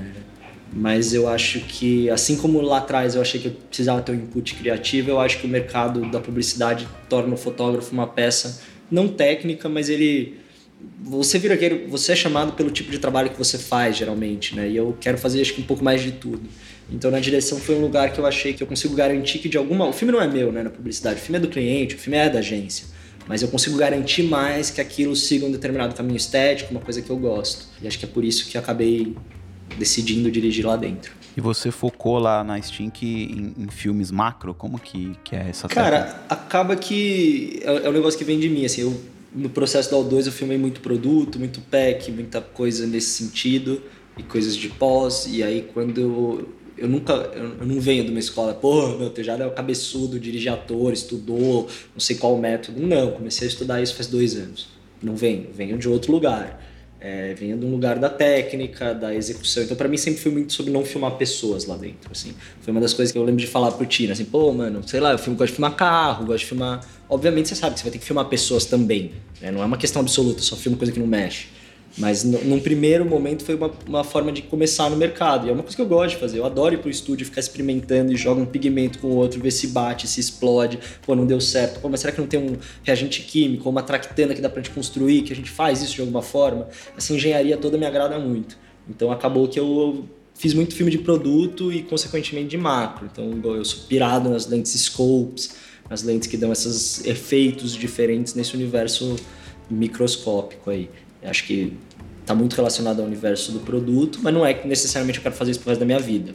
mas eu acho que, assim como lá atrás eu achei que eu precisava ter um input criativo, eu acho que o mercado da publicidade torna o fotógrafo uma peça não técnica, mas ele... Você vira aquele, você é chamado pelo tipo de trabalho que você faz, geralmente, né? E eu quero fazer, acho que um pouco mais de tudo. Então, na direção foi um lugar que eu achei que eu consigo garantir que de alguma... O filme não é meu, né, na publicidade. O filme é do cliente, o filme é da agência. Mas eu consigo garantir mais que aquilo siga um determinado caminho estético, uma coisa que eu gosto. E acho que é por isso que eu acabei decidindo dirigir lá dentro. E você focou lá na Steam em, em filmes macro? Como que, que é essa Cara, técnica? acaba que é, é um negócio que vem de mim, assim, eu... No processo da O dois eu filmei muito produto, muito pack, muita coisa nesse sentido e coisas de pós. E aí quando eu, eu nunca, eu, eu não venho de uma escola, pô, meu, tu já é o cabeçudo, dirige ator, estudou, não sei qual método. Não, comecei a estudar isso faz dois anos. Não venho, venho de outro lugar. É, venho de um lugar da técnica, da execução. Então, pra mim, sempre foi muito sobre não filmar pessoas lá dentro, assim. Foi uma das coisas que eu lembro de falar pro Tino, assim, pô, mano, sei lá, eu filmo, gosto de filmar carro, gosto de filmar... Obviamente, você sabe que você vai ter que filmar pessoas também, né? Não é uma questão absoluta, só filma coisa que não mexe. Mas, n- num primeiro momento, foi uma, uma forma de começar no mercado. E é uma coisa que eu gosto de fazer. Eu adoro ir pro estúdio, ficar experimentando e joga um pigmento com o outro, ver se bate, se explode. Pô, não deu certo. Pô, mas será que não tem um reagente químico ou uma tractana que dá pra gente construir, que a gente faz isso de alguma forma? Essa engenharia toda me agrada muito. Então, acabou que eu fiz muito filme de produto e, consequentemente, de macro. Então, eu sou pirado nas lentes scopes, nas lentes que dão esses efeitos diferentes nesse universo microscópico aí. Eu acho que tá muito relacionado ao universo do produto, mas não é que necessariamente eu quero fazer isso pro resto da minha vida.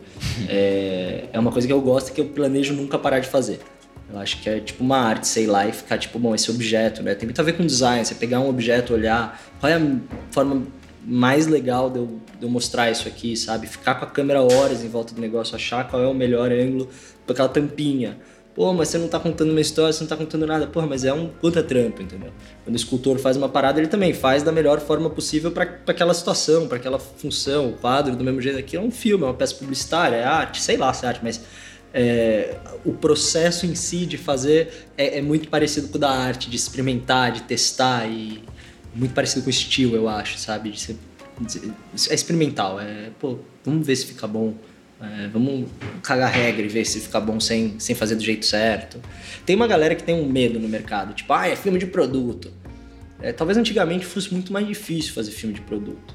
É, é uma coisa que eu gosto e que eu planejo nunca parar de fazer. Eu acho que é tipo uma arte, sei lá, e ficar tipo, bom, esse objeto, né? Tem muito a ver com design, você pegar um objeto, olhar, qual é a forma mais legal de eu, de eu mostrar isso aqui, sabe? Ficar com a câmera horas em volta do negócio, achar qual é o melhor ângulo para aquela tampinha. Pô, mas você não tá contando uma história, você não tá contando nada. Porra, mas é um puta trampo, entendeu? Quando o escultor faz uma parada, ele também faz da melhor forma possível para aquela situação, para aquela função. O quadro, do mesmo jeito aqui, é um filme, é uma peça publicitária, é arte, sei lá se é arte, mas é, o processo em si de fazer é, é muito parecido com o da arte, de experimentar, de testar e muito parecido com o estilo, eu acho, sabe? De ser, de, é experimental, é, pô, vamos ver se fica bom. É, vamos cagar regra e ver se fica bom sem, sem fazer do jeito certo. Tem uma galera que tem um medo no mercado, tipo, ah, é filme de produto. É, talvez antigamente fosse muito mais difícil fazer filme de produto.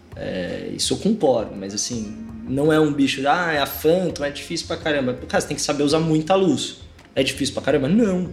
É, isso eu concordo, mas assim, não é um bicho, ah, é a Phantom, é difícil pra caramba. Cara, você tem que saber usar muita luz. É difícil pra caramba? Não.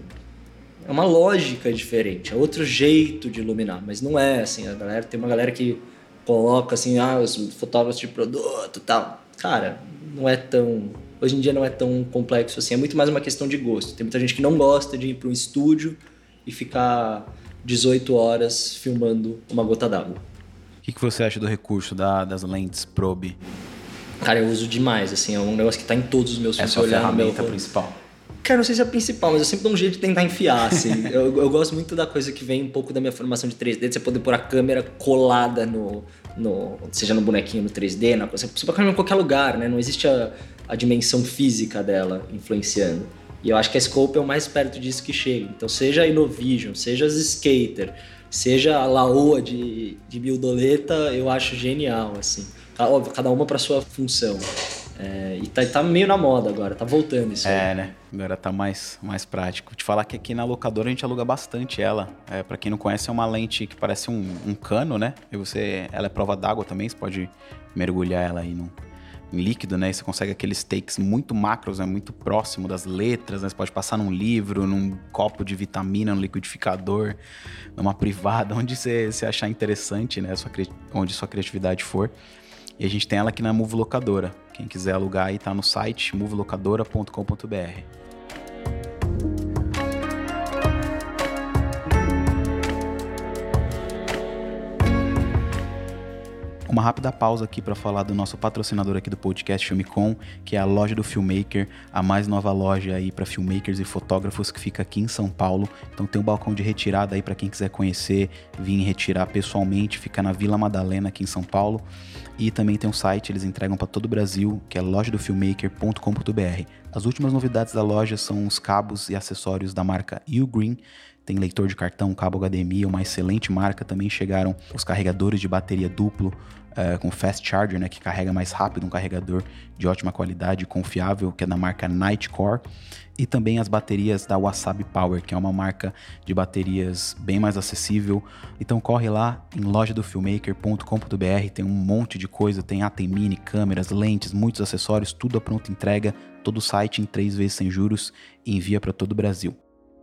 É uma lógica diferente, é outro jeito de iluminar, mas não é assim, a galera, tem uma galera que coloca assim, ah, os fotógrafos de produto e tal. Cara, não é tão... Hoje em dia não é tão complexo assim, é muito mais uma questão de gosto. Tem muita gente que não gosta de ir para um estúdio e ficar dezoito horas filmando uma gota d'água. O que, que você acha do recurso da, das lentes probe? Cara, eu uso demais, assim, é um negócio que tá em todos os meus filmes. Essa é a ferramenta meu... principal? Cara, não sei se é a principal, mas eu sempre dou um jeito de tentar enfiar, assim. eu, eu gosto muito da coisa que vem um pouco da minha formação de três D, de você poder pôr a câmera colada no... no seja no bonequinho, no três D, na, você pode pôr em qualquer lugar, né? Não existe a, a dimensão física dela influenciando. E eu acho que a Scope é o mais perto disso que chega. Então, seja a Innovision, seja as Skater, seja a Laowa de, de Mildoleta, eu acho genial, assim. Óbvio, cada uma para sua função. É, e tá, tá meio na moda agora, tá voltando isso aí. É, né? Agora tá mais, mais prático. Te falar que aqui na locadora a gente aluga bastante ela. É, pra quem não conhece, é uma lente que parece um, um cano, né? E você, ela é prova d'água também, você pode mergulhar ela aí no, em líquido, né? E você consegue aqueles takes muito macros, né? Muito próximo das letras, né? Você pode passar num livro, num copo de vitamina, num liquidificador, numa privada, onde você, você achar interessante, né? Sua, onde sua criatividade for. E a gente tem ela aqui na Move Locadora. Quem quiser alugar aí tá no site move locadora ponto com ponto b r. Uma rápida pausa aqui para falar do nosso patrocinador aqui do podcast Filmicom, que é a loja do Filmmaker, a mais nova loja aí para filmmakers e fotógrafos que fica aqui em São Paulo. Então tem um balcão de retirada aí para quem quiser conhecer, vir retirar pessoalmente, fica na Vila Madalena aqui em São Paulo. E também tem um site, eles entregam para todo o Brasil, que é loja do filmmaker ponto com ponto b r. As últimas novidades da loja são os cabos e acessórios da marca Ugreen. Tem leitor de cartão, cabo H D M I, uma excelente marca. Também chegaram os carregadores de bateria duplo, uh, com Fast Charger, né, que carrega mais rápido, um carregador de ótima qualidade e confiável, que é da marca Nightcore. E também as baterias da Wasabi Power, que é uma marca de baterias bem mais acessível. Então corre lá em loja do filmmaker ponto com ponto b r, tem um monte de coisa, tem A T Mini, câmeras, lentes, muitos acessórios, tudo a pronta entrega, todo o site em três vezes sem juros e envia para todo o Brasil.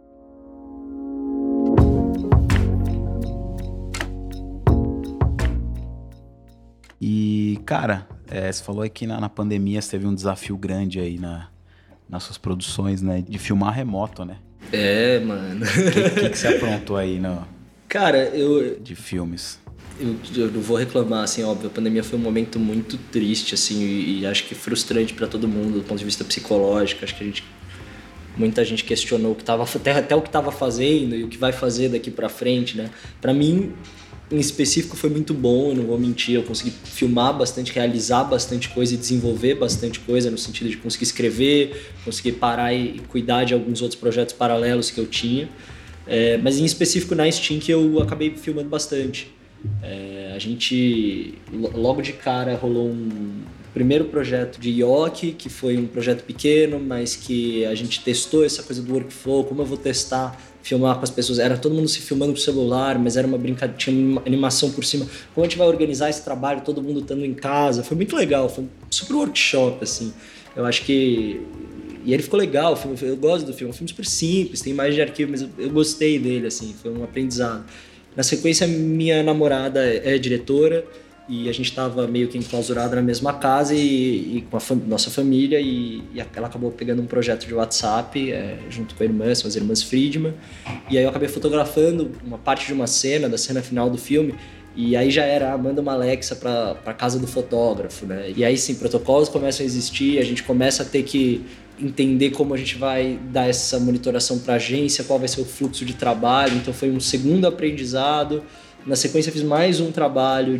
E, cara, é, você falou aí que na, na pandemia você teve um desafio grande aí na, nas suas produções, né? De filmar remoto, né? É, mano. O que, que, que você aprontou aí no, Cara, eu... de filmes? Eu, eu não vou reclamar, assim, óbvio. A pandemia foi um momento muito triste, assim, e, e acho que frustrante pra todo mundo do ponto de vista psicológico. Acho que a gente... Muita gente questionou o que tava, até, até o que estava fazendo e o que vai fazer daqui pra frente, né? Pra mim... Em específico foi muito bom, eu não vou mentir, eu consegui filmar bastante, realizar bastante coisa e desenvolver bastante coisa no sentido de conseguir escrever, conseguir parar e cuidar de alguns outros projetos paralelos que eu tinha. É, mas em específico na Steam que eu acabei filmando bastante. É, a gente, logo de cara, rolou um primeiro projeto de Yoki, que foi um projeto pequeno, mas que a gente testou essa coisa do workflow, como eu vou testar filmar com as pessoas, era todo mundo se filmando pro celular, mas era uma brincadeira, tinha uma animação por cima, como a gente vai organizar esse trabalho, todo mundo estando em casa, foi muito legal, foi um super workshop, assim, eu acho que, e ele ficou legal, eu gosto do filme, é um filme super simples, tem imagem de arquivo, mas eu, eu gostei dele, assim, foi um aprendizado. Na sequência, minha namorada é diretora e a gente estava meio que enclausurado na mesma casa e, e com a fam- nossa família e, e ela acabou pegando um projeto de WhatsApp é, junto com a irmã, são as irmãs Friedman, e aí eu acabei fotografando uma parte de uma cena, da cena final do filme, e aí já era, ah, manda uma Alexa para a casa do fotógrafo, né? E aí sim, protocolos começam a existir, a gente começa a ter que entender como a gente vai dar essa monitoração para a agência, qual vai ser o fluxo de trabalho, então foi um segundo aprendizado. Na sequência fiz mais um trabalho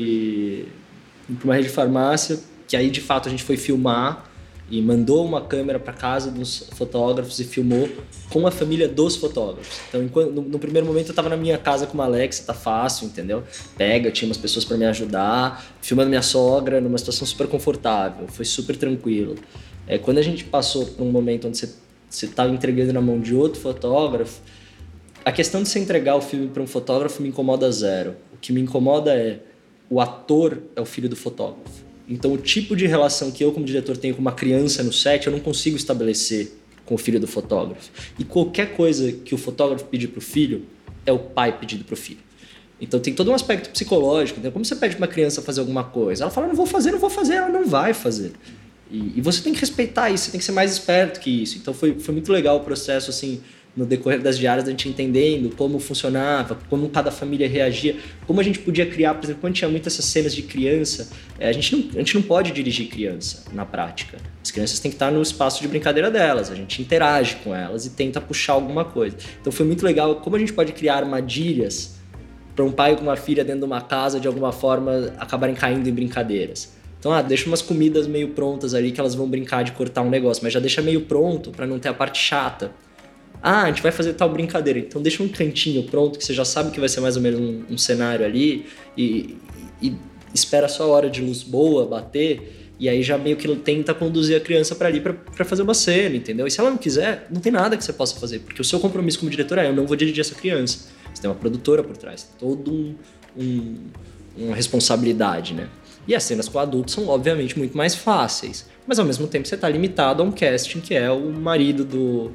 de para uma rede de farmácia, que aí de fato a gente foi filmar e mandou uma câmera para casa dos fotógrafos e filmou com a família dos fotógrafos. Então, enquanto, no, no primeiro momento eu estava na minha casa com uma Alexa, tá fácil, entendeu? Pega, tinha umas pessoas para me ajudar, filmando minha sogra numa situação super confortável, foi super tranquilo. É, quando a gente passou por um momento onde você estava entregando na mão de outro fotógrafo, a questão de você entregar o filme para um fotógrafo me incomoda zero. O que me incomoda é o ator é o filho do fotógrafo. Então, o tipo de relação que eu, como diretor, tenho com uma criança no set, eu não consigo estabelecer com o filho do fotógrafo. E qualquer coisa que o fotógrafo pedir para o filho, é o pai pedindo para o filho. Então, tem todo um aspecto psicológico. Né? Como você pede para uma criança fazer alguma coisa? Ela fala, não vou fazer, não vou fazer. Ela não vai fazer. E, e você tem que respeitar isso, você tem que ser mais esperto que isso. Então, foi, foi muito legal o processo, assim, no decorrer das diárias, a gente entendendo como funcionava, como cada família reagia, como a gente podia criar, por exemplo, quando tinha muitas essas cenas de criança, a gente não, a gente não pode dirigir criança na prática. As crianças têm que estar no espaço de brincadeira delas, a gente interage com elas e tenta puxar alguma coisa. Então foi muito legal como a gente pode criar armadilhas para um pai com uma filha dentro de uma casa, de alguma forma, acabarem caindo em brincadeiras. Então, ah, deixa umas comidas meio prontas ali que elas vão brincar de cortar um negócio, mas já deixa meio pronto para não ter a parte chata. Ah, a gente vai fazer tal brincadeira, então deixa um cantinho pronto que você já sabe que vai ser mais ou menos um, um cenário ali e, e espera só a hora de luz boa bater e aí já meio que tenta conduzir a criança para ali para fazer uma cena, entendeu? E se ela não quiser, não tem nada que você possa fazer, porque o seu compromisso como diretor é, eu não vou dirigir essa criança. Você tem uma produtora por trás, toda um, um, uma responsabilidade, né? E as cenas com adultos são, obviamente, muito mais fáceis. Mas, ao mesmo tempo, você está limitado a um casting que é o marido do,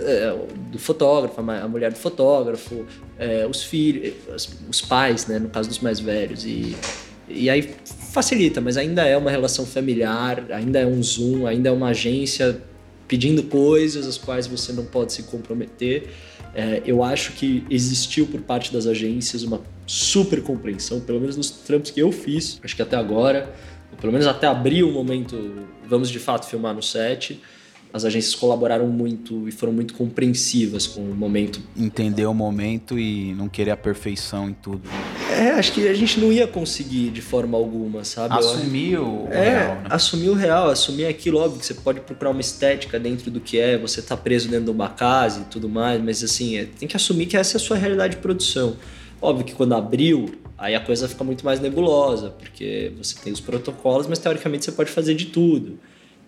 do fotógrafo, a mulher do fotógrafo, é, os filhos, os pais, né, no caso dos mais velhos. E, e aí facilita, mas ainda é uma relação familiar, ainda é um Zoom, ainda é uma agência pedindo coisas às quais você não pode se comprometer. É, eu acho que existiu por parte das agências uma super compreensão, pelo menos nos trampos que eu fiz, acho que até agora, ou pelo menos até abrir o momento, vamos de fato filmar no set, as agências colaboraram muito e foram muito compreensivas com o momento. Entender o momento e não querer a perfeição em tudo. É, acho que a gente não ia conseguir de forma alguma, sabe? Assumir o é, real, né? assumir o real, assumir aquilo, óbvio que você pode procurar uma estética dentro do que é, você tá preso dentro de uma casa e tudo mais, mas assim, é, tem que assumir que essa é a sua realidade de produção. Óbvio que quando abriu, aí a coisa fica muito mais nebulosa, porque você tem os protocolos, mas teoricamente você pode fazer de tudo.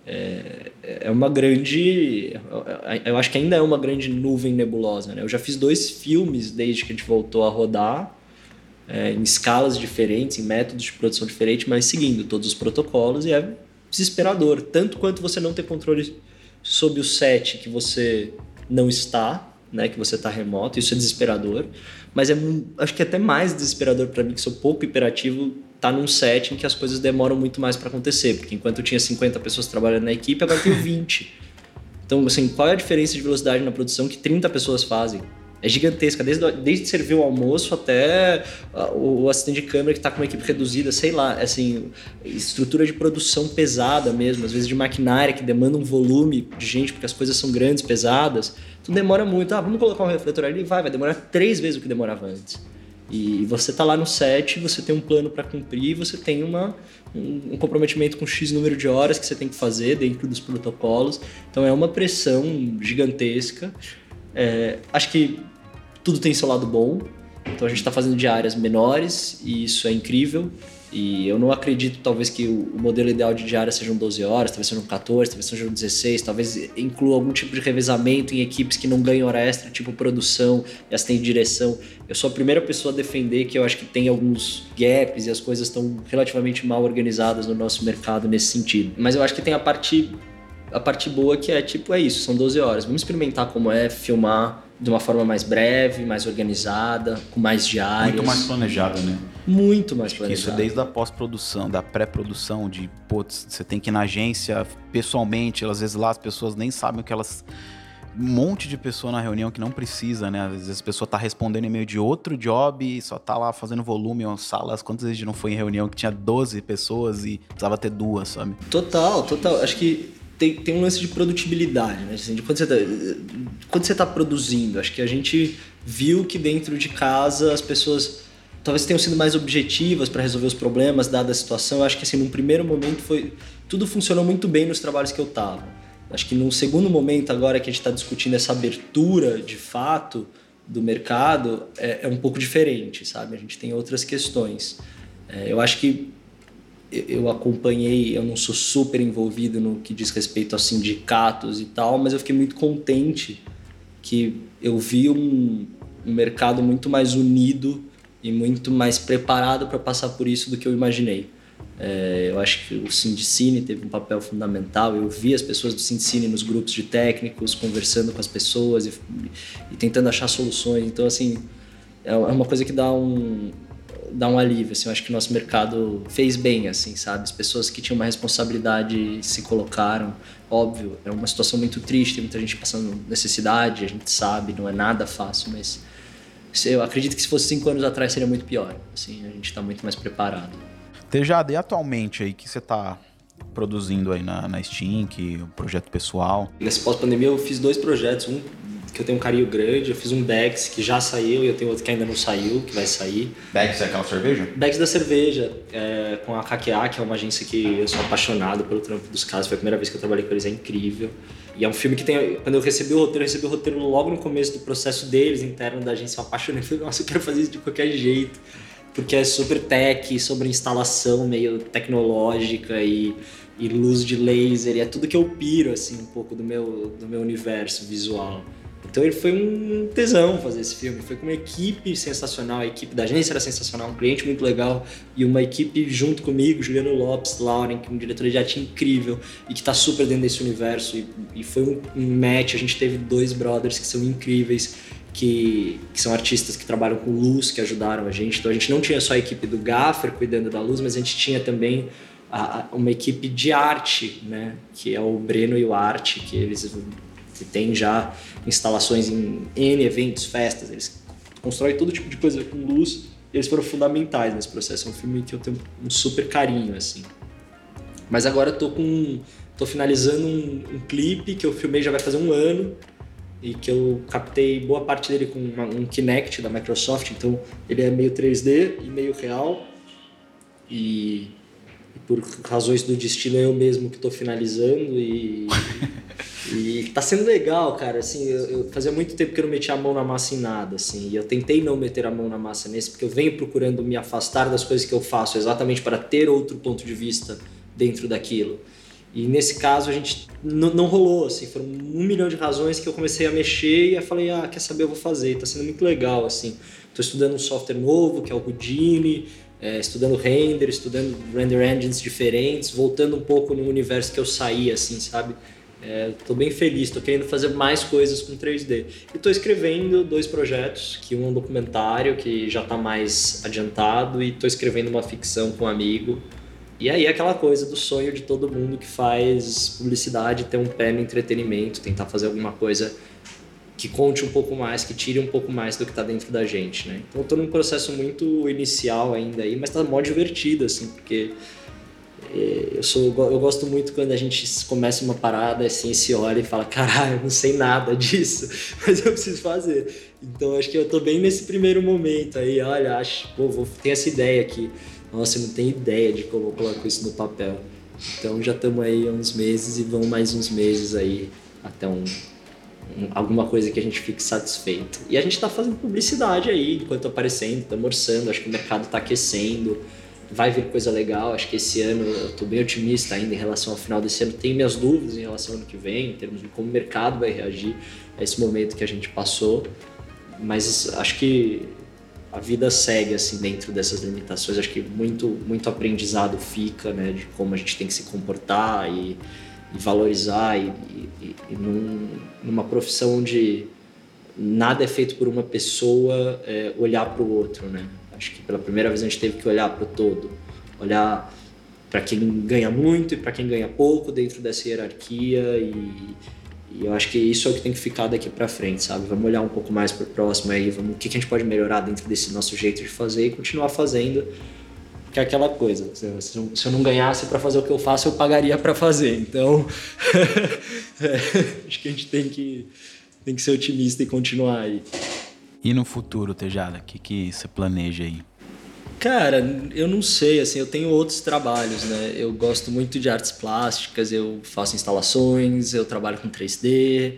É, é uma grande... Eu acho que ainda é uma grande nuvem nebulosa, né? Eu já fiz dois filmes desde que a gente voltou a rodar, é, em escalas diferentes, em métodos de produção diferentes, mas seguindo todos os protocolos, e é desesperador. Tanto quanto você não ter controle sobre o set que você não está, né, que você está remoto, isso é desesperador, mas é, acho que é até mais desesperador para mim, que sou pouco hiperativo, tá num set em que as coisas demoram muito mais para acontecer, porque enquanto eu tinha cinquenta pessoas trabalhando na equipe, agora eu tenho vinte. Então, assim, qual é a diferença de velocidade na produção que trinta pessoas fazem? É gigantesca, desde, desde servir o almoço até o, o assistente de câmera que está com uma equipe reduzida, sei lá, assim, estrutura de produção pesada mesmo, às vezes de maquinária que demanda um volume de gente, porque as coisas são grandes, pesadas, então demora muito. Ah, vamos colocar um refletor ali, vai, vai demorar três vezes o que demorava antes. E você tá lá no set, você tem um plano para cumprir, você tem uma, um, um comprometimento com X número de horas que você tem que fazer dentro dos protocolos, então é uma pressão gigantesca. É, acho que tudo tem seu lado bom, então a gente está fazendo diárias menores e isso é incrível, e eu não acredito talvez que o, o modelo ideal de diária sejam doze horas, talvez sejam catorze, talvez sejam dezesseis, talvez inclua algum tipo de revezamento em equipes que não ganham hora extra, tipo produção e assistente de direção. Eu sou a primeira pessoa a defender que eu acho que tem alguns gaps e as coisas estão relativamente mal organizadas no nosso mercado nesse sentido, mas eu acho que tem a parte... A parte boa que é, tipo, é isso, são doze horas. Vamos experimentar como é filmar de uma forma mais breve, mais organizada, com mais diárias. Muito mais planejada, né? Muito mais Isso planejada. desde a pós-produção, da pré-produção, de, putz, você tem que ir na agência pessoalmente, às vezes lá as pessoas nem sabem o que elas... Um monte de pessoa na reunião que não precisa, né? Às vezes a pessoa tá respondendo e-mail de outro job e só tá lá fazendo volume, uma salas. Quantas vezes a gente não foi em reunião que tinha doze pessoas e precisava ter duas, sabe? Total, total. Acho que tem, tem um lance de produtibilidade, né? Assim, de quando, você tá, quando você tá produzindo, acho que a gente viu que dentro de casa as pessoas talvez tenham sido mais objetivas para resolver os problemas, dada a situação. Eu acho que assim, num primeiro momento foi tudo funcionou muito bem nos trabalhos que eu tava. Acho que num segundo momento, agora que a gente está discutindo essa abertura de fato do mercado, é, é um pouco diferente, sabe? A gente tem outras questões. É, eu acho que eu acompanhei, eu não sou super envolvido no que diz respeito a sindicatos e tal, mas eu fiquei muito contente que eu vi um, um mercado muito mais unido e muito mais preparado para passar por isso do que eu imaginei. É, eu acho que o Sindicine teve um papel fundamental. Eu vi as pessoas do Sindicine nos grupos de técnicos, conversando com as pessoas e, e tentando achar soluções. Então, assim, é uma coisa que dá um, dá um alívio. Assim, eu acho que o nosso mercado fez bem, assim, sabe? As pessoas que tinham uma responsabilidade se colocaram. Óbvio, é uma situação muito triste, tem muita gente passando necessidade, a gente sabe, não é nada fácil, mas eu acredito que se fosse cinco anos atrás seria muito pior. Assim, a gente está muito mais preparado. Tejada, e atualmente aí, o que você tá produzindo aí na, na Steam, que o projeto pessoal? Nesse pós-pandemia eu fiz dois projetos, um que eu tenho um carinho grande, eu fiz um Becks que já saiu e eu tenho outro que ainda não saiu, que vai sair. Becks é aquela cerveja? Becks da cerveja, é, com a K Q A, que é uma agência que eu sou apaixonado pelo trampo dos caras, foi a primeira vez que eu trabalhei com eles, é incrível. E é um filme que tem, quando eu recebi o roteiro, eu recebi o roteiro logo no começo do processo deles, interno da agência, eu apaixonei, falei, nossa, eu quero fazer isso de qualquer jeito. Porque é super tech, sobre instalação meio tecnológica e, e luz de laser, e é tudo que eu piro, assim, um pouco do meu, do meu universo visual. Então ele foi um tesão fazer esse filme, foi com uma equipe sensacional, a equipe da agência era sensacional, um cliente muito legal, e uma equipe junto comigo, Juliano Lopes, Lauren, que é um diretor de arte incrível, e que tá super dentro desse universo, e, e foi um, um match, a gente teve dois brothers que são incríveis, Que, que são artistas que trabalham com luz, que ajudaram a gente. Então a gente não tinha só a equipe do Gaffer cuidando da luz, mas a gente tinha também a, a, uma equipe de arte, né? Que é o Breno e o Arte, que eles que têm já instalações em N eventos, festas. Eles constroem todo tipo de coisa com luz. E eles foram fundamentais nesse processo. É um filme que eu tenho um super carinho, assim. Mas agora eu tô com tô finalizando um, um clipe que eu filmei já vai fazer um ano. E que eu captei boa parte dele com uma, um Kinect da Microsoft, então ele é meio três D e meio real. E, e por razões do destino é eu mesmo que estou finalizando e, e tá sendo legal, cara. Assim, eu, eu fazia muito tempo que eu não metia a mão na massa em nada, assim, e eu tentei não meter a mão na massa nesse, porque eu venho procurando me afastar das coisas que eu faço, exatamente para ter outro ponto de vista dentro daquilo. E nesse caso a gente n- não rolou, assim, foram um milhão de razões que eu comecei a mexer e eu falei, ah, quer saber, eu vou fazer, tá sendo muito legal, assim. Tô estudando um software novo, que é o Houdini, é, estudando render, estudando render engines diferentes, voltando um pouco no universo que eu saí, assim, sabe? É, tô bem feliz, tô querendo fazer mais coisas com três D. E tô escrevendo dois projetos, que um é um documentário, que já tá mais adiantado, e tô escrevendo uma ficção com um amigo. E aí aquela coisa do sonho de todo mundo que faz publicidade, ter um pé no entretenimento, tentar fazer alguma coisa que conte um pouco mais, que tire um pouco mais do que está dentro da gente, né? Então eu tô num processo muito inicial ainda aí, mas tá mó divertido, assim, porque eu, sou, eu gosto muito quando a gente começa uma parada assim, se olha e fala, caralho, eu não sei nada disso, mas eu preciso fazer. Então acho que eu tô bem nesse primeiro momento aí, olha, acho, pô, vou, tem essa ideia aqui. Nossa, eu não tenho ideia de como eu coloco isso no papel. Então já estamos aí há uns meses e vão mais uns meses aí até um, um, alguma coisa que a gente fique satisfeito. E a gente está fazendo publicidade aí enquanto aparecendo, estamos orçando, acho que o mercado está aquecendo, vai vir coisa legal. Acho que esse ano eu estou bem otimista ainda em relação ao final desse ano. Tenho minhas dúvidas em relação ao ano que vem, em termos de como o mercado vai reagir a esse momento que a gente passou. Mas acho que a vida segue assim dentro dessas limitações. Acho que muito, muito aprendizado fica, né, de como a gente tem que se comportar e, e valorizar e, e, e num, numa profissão onde nada é feito por uma pessoa é, olhar para o outro, né? Acho que pela primeira vez a gente teve que olhar para o todo, olhar para quem ganha muito e para quem ganha pouco dentro dessa hierarquia e, e eu acho que isso é o que tem que ficar daqui para frente, sabe? Vamos olhar um pouco mais para o próximo aí, vamos, o que, que a gente pode melhorar dentro desse nosso jeito de fazer e continuar fazendo, que é aquela coisa, se eu, se eu não ganhasse para fazer o que eu faço, eu pagaria para fazer, então é, acho que a gente tem que, tem que ser otimista e continuar aí. E no futuro, Tejada, o que, que você planeja aí? Cara, eu não sei, assim, eu tenho outros trabalhos, né? Eu gosto muito de artes plásticas, eu faço instalações, eu trabalho com três D,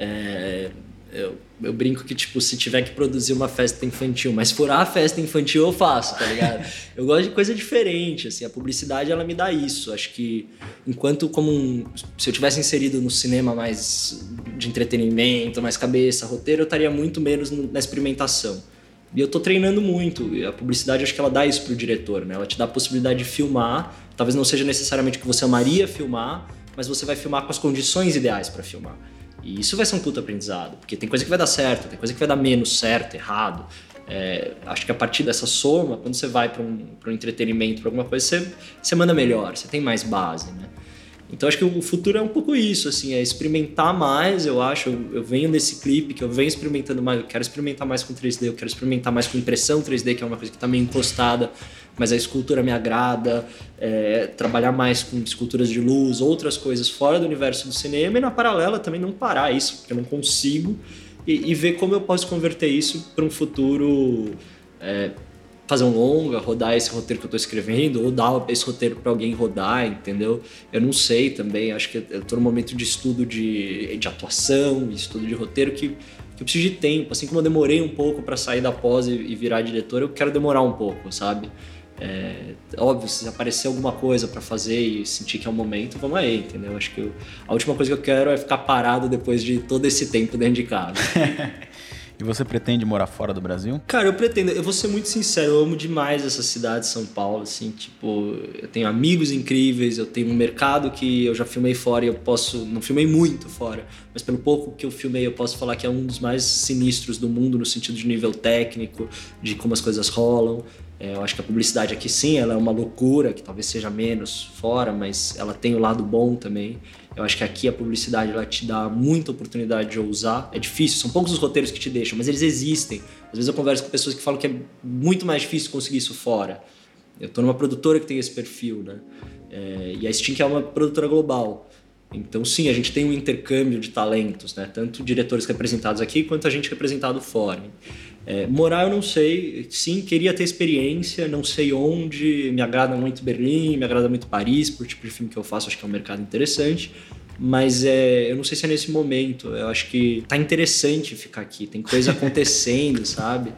é, eu, eu brinco que, tipo, se tiver que produzir uma festa infantil, mas furar a festa infantil eu faço, tá ligado? Eu gosto de coisa diferente, assim, a publicidade, ela me dá isso. Acho que, enquanto como um... Se eu tivesse inserido no cinema mais de entretenimento, mais cabeça, roteiro, eu estaria muito menos na experimentação. E eu tô treinando muito, e a publicidade acho que ela dá isso pro diretor, né? Ela te dá a possibilidade de filmar, talvez não seja necessariamente o que você amaria filmar, mas você vai filmar com as condições ideais para filmar. E isso vai ser um puto aprendizado, porque tem coisa que vai dar certo, tem coisa que vai dar menos certo, errado. É, acho que a partir dessa soma, quando você vai para um, para um entretenimento, para alguma coisa, você, você manda melhor, você tem mais base, né? Então acho que o futuro é um pouco isso, assim, é experimentar mais, eu acho, eu, eu venho desse clipe que eu venho experimentando mais, eu quero experimentar mais com três D, eu quero experimentar mais com impressão três D, que é uma coisa que está meio encostada, mas a escultura me agrada, é, trabalhar mais com esculturas de luz, outras coisas fora do universo do cinema e na paralela também não parar isso, porque eu não consigo, e, e ver como eu posso converter isso para um futuro... É, fazer um longa, rodar esse roteiro que eu tô escrevendo, ou dar esse roteiro para alguém rodar, entendeu? Eu não sei também, acho que eu tô num momento de estudo de, de atuação, estudo de roteiro que, que eu preciso de tempo, assim como eu demorei um pouco para sair da pós e, e virar diretor, eu quero demorar um pouco, sabe? É, óbvio, se aparecer alguma coisa para fazer e sentir que é o momento, vamos aí, entendeu? Acho que eu, a última coisa que eu quero é ficar parado depois de todo esse tempo dentro de casa. E você pretende morar fora do Brasil? Cara, eu pretendo. Eu vou ser muito sincero, eu amo demais essa cidade, São Paulo, assim, tipo, eu tenho amigos incríveis, eu tenho um mercado que eu já filmei fora e eu posso, não filmei muito fora, mas pelo pouco que eu filmei eu posso falar que é um dos mais sinistros do mundo no sentido de nível técnico, de como as coisas rolam. É, eu acho que a publicidade aqui sim, ela é uma loucura, que talvez seja menos fora, mas ela tem o lado bom também. Eu acho que aqui a publicidade ela te dá muita oportunidade de ousar. É difícil, são poucos os roteiros que te deixam, mas eles existem. Às vezes eu converso com pessoas que falam que é muito mais difícil conseguir isso fora. Eu tô numa produtora que tem esse perfil, né? É, e a Stink é uma produtora global. Então sim, a gente tem um intercâmbio de talentos, né? Tanto diretores representados aqui quanto a gente representado fora. É, morar eu não sei, sim, queria ter experiência, não sei onde, me agrada muito Berlim, me agrada muito Paris, por tipo de filme que eu faço, acho que é um mercado interessante, mas é, eu não sei se é nesse momento, eu acho que tá interessante ficar aqui, tem coisa acontecendo, sabe?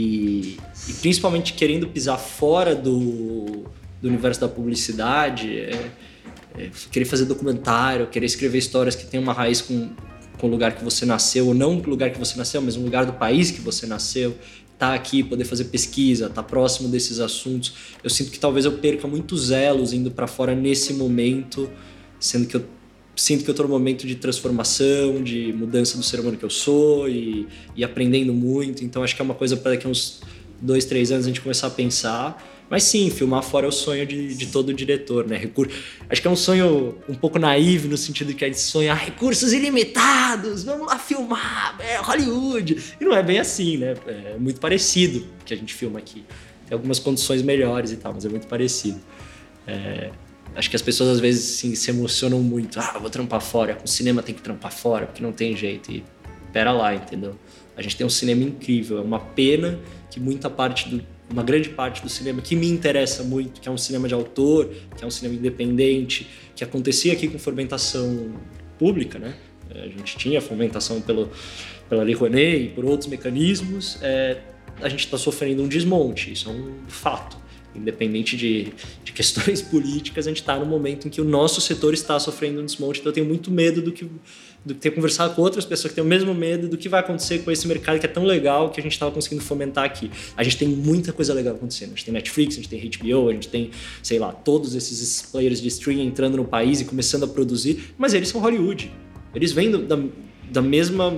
E, e principalmente querendo pisar fora do, do universo da publicidade, é, é, querer fazer documentário, querer escrever histórias que tem uma raiz com... com o lugar que você nasceu, ou não o lugar que você nasceu, mas um lugar do país que você nasceu, tá aqui, poder fazer pesquisa, tá próximo desses assuntos. Eu sinto que talvez eu perca muitos elos indo para fora nesse momento, sendo que eu sinto que eu tô num momento de transformação, de mudança do ser humano que eu sou e, e aprendendo muito. Então acho que é uma coisa para daqui a uns dois, três anos a gente começar a pensar. Mas sim, filmar fora é o sonho de, de todo diretor, né? Recur... Acho que é um sonho um pouco naivo, no sentido de que a gente sonha recursos ilimitados, vamos lá filmar, é Hollywood. E não é bem assim, né? É muito parecido o que a gente filma aqui. Tem algumas condições melhores e tal, mas é muito parecido. É... Acho que as pessoas às vezes assim, se emocionam muito. Ah, eu vou trampar fora, o cinema tem que trampar fora, porque não tem jeito. E pera lá, entendeu? A gente tem um cinema incrível, é uma pena que muita parte do uma grande parte do cinema que me interessa muito, que é um cinema de autor, que é um cinema independente, que acontecia aqui com fomentação pública, né? A gente tinha fomentação pelo, pela Lei Rouanet e por outros mecanismos, é, a gente está sofrendo um desmonte, isso é um fato. Independente de, de questões políticas, a gente está no momento em que o nosso setor está sofrendo um desmonte, então eu tenho muito medo do que, do que ter conversado com outras pessoas que têm o mesmo medo do que vai acontecer com esse mercado que é tão legal que a gente estava conseguindo fomentar aqui. A gente tem muita coisa legal acontecendo, a gente tem Netflix, a gente tem H B O, a gente tem, sei lá, todos esses players de streaming entrando no país e começando a produzir, mas eles são Hollywood, eles vêm do, da, da mesma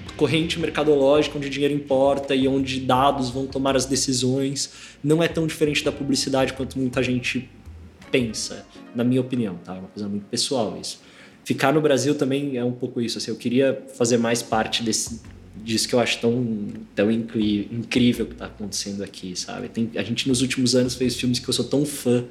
corrente mercadológica onde dinheiro importa e onde dados vão tomar as decisões. Não é tão diferente da publicidade quanto muita gente pensa, na minha opinião, tá? É uma coisa muito pessoal isso. Ficar no Brasil também é um pouco isso, assim, eu queria fazer mais parte desse, disso que eu acho tão, tão incri- incrível que está acontecendo aqui, sabe? Tem, a gente nos últimos anos fez filmes que eu sou tão fã,